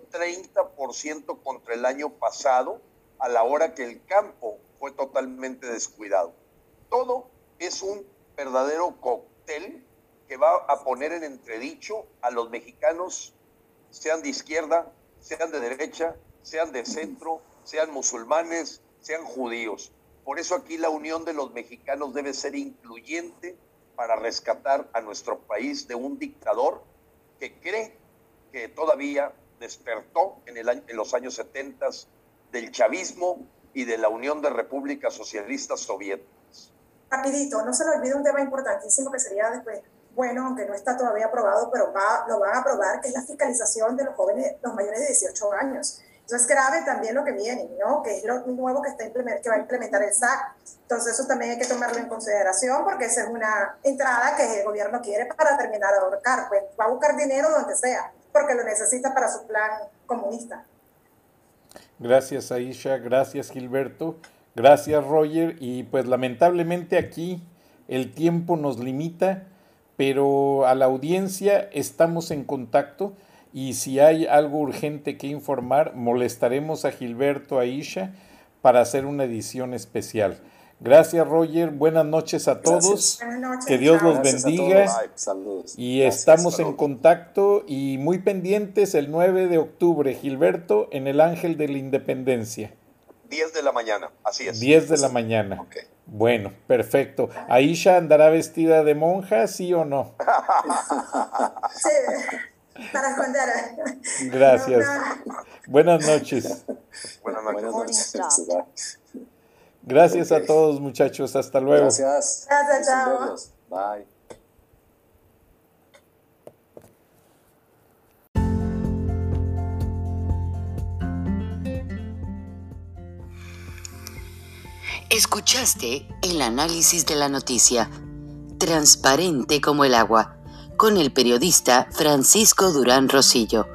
30% contra el año pasado, a la hora que el campo fue totalmente descuidado. Todo es un verdadero cóctel que va a poner en entredicho a los mexicanos, sean de izquierda, sean de derecha, sean de centro, sean musulmanes, sean judíos. Por eso aquí la unión de los mexicanos debe ser incluyente para rescatar a nuestro país de un dictador que cree que todavía despertó en los años 70 del chavismo y de la Unión de Repúblicas Socialistas Soviéticas. Rapidito, no se le olvide un tema importantísimo que sería después, bueno, aunque no está todavía aprobado, pero lo van a aprobar, que es la fiscalización de los jóvenes, los mayores de 18 años. Eso es grave también lo que viene, ¿no? Que es lo nuevo que va a implementar el SAC. Entonces eso también hay que tomarlo en consideración porque esa es una entrada que el gobierno quiere para terminar de ahorcar. Pues va a buscar dinero donde sea, porque lo necesita para su plan comunista. Gracias, Aisha, gracias, Gilberto, gracias, Roger, y pues lamentablemente aquí el tiempo nos limita, pero a la audiencia estamos en contacto y si hay algo urgente que informar, molestaremos a Gilberto, a Aisha, para hacer una edición especial. Gracias, Roger. Buenas noches a todos. Buenas noches. Que Dios los bendiga. Saludos. Y estamos en contacto y muy pendientes el 9 de octubre, Gilberto, en el Ángel de la Independencia. 10 de la mañana, así es. 10 de la mañana. Okay. Bueno, perfecto. ¿Aisha andará vestida de monja, sí o no? Sí, para esconder. Gracias. Buenas noches. Buenas noches. Gracias a todos, muchachos. Hasta luego. Gracias. Gracias, chao. Bye. Escuchaste el análisis de la noticia, transparente como el agua, con el periodista Francisco Durán Rosillo.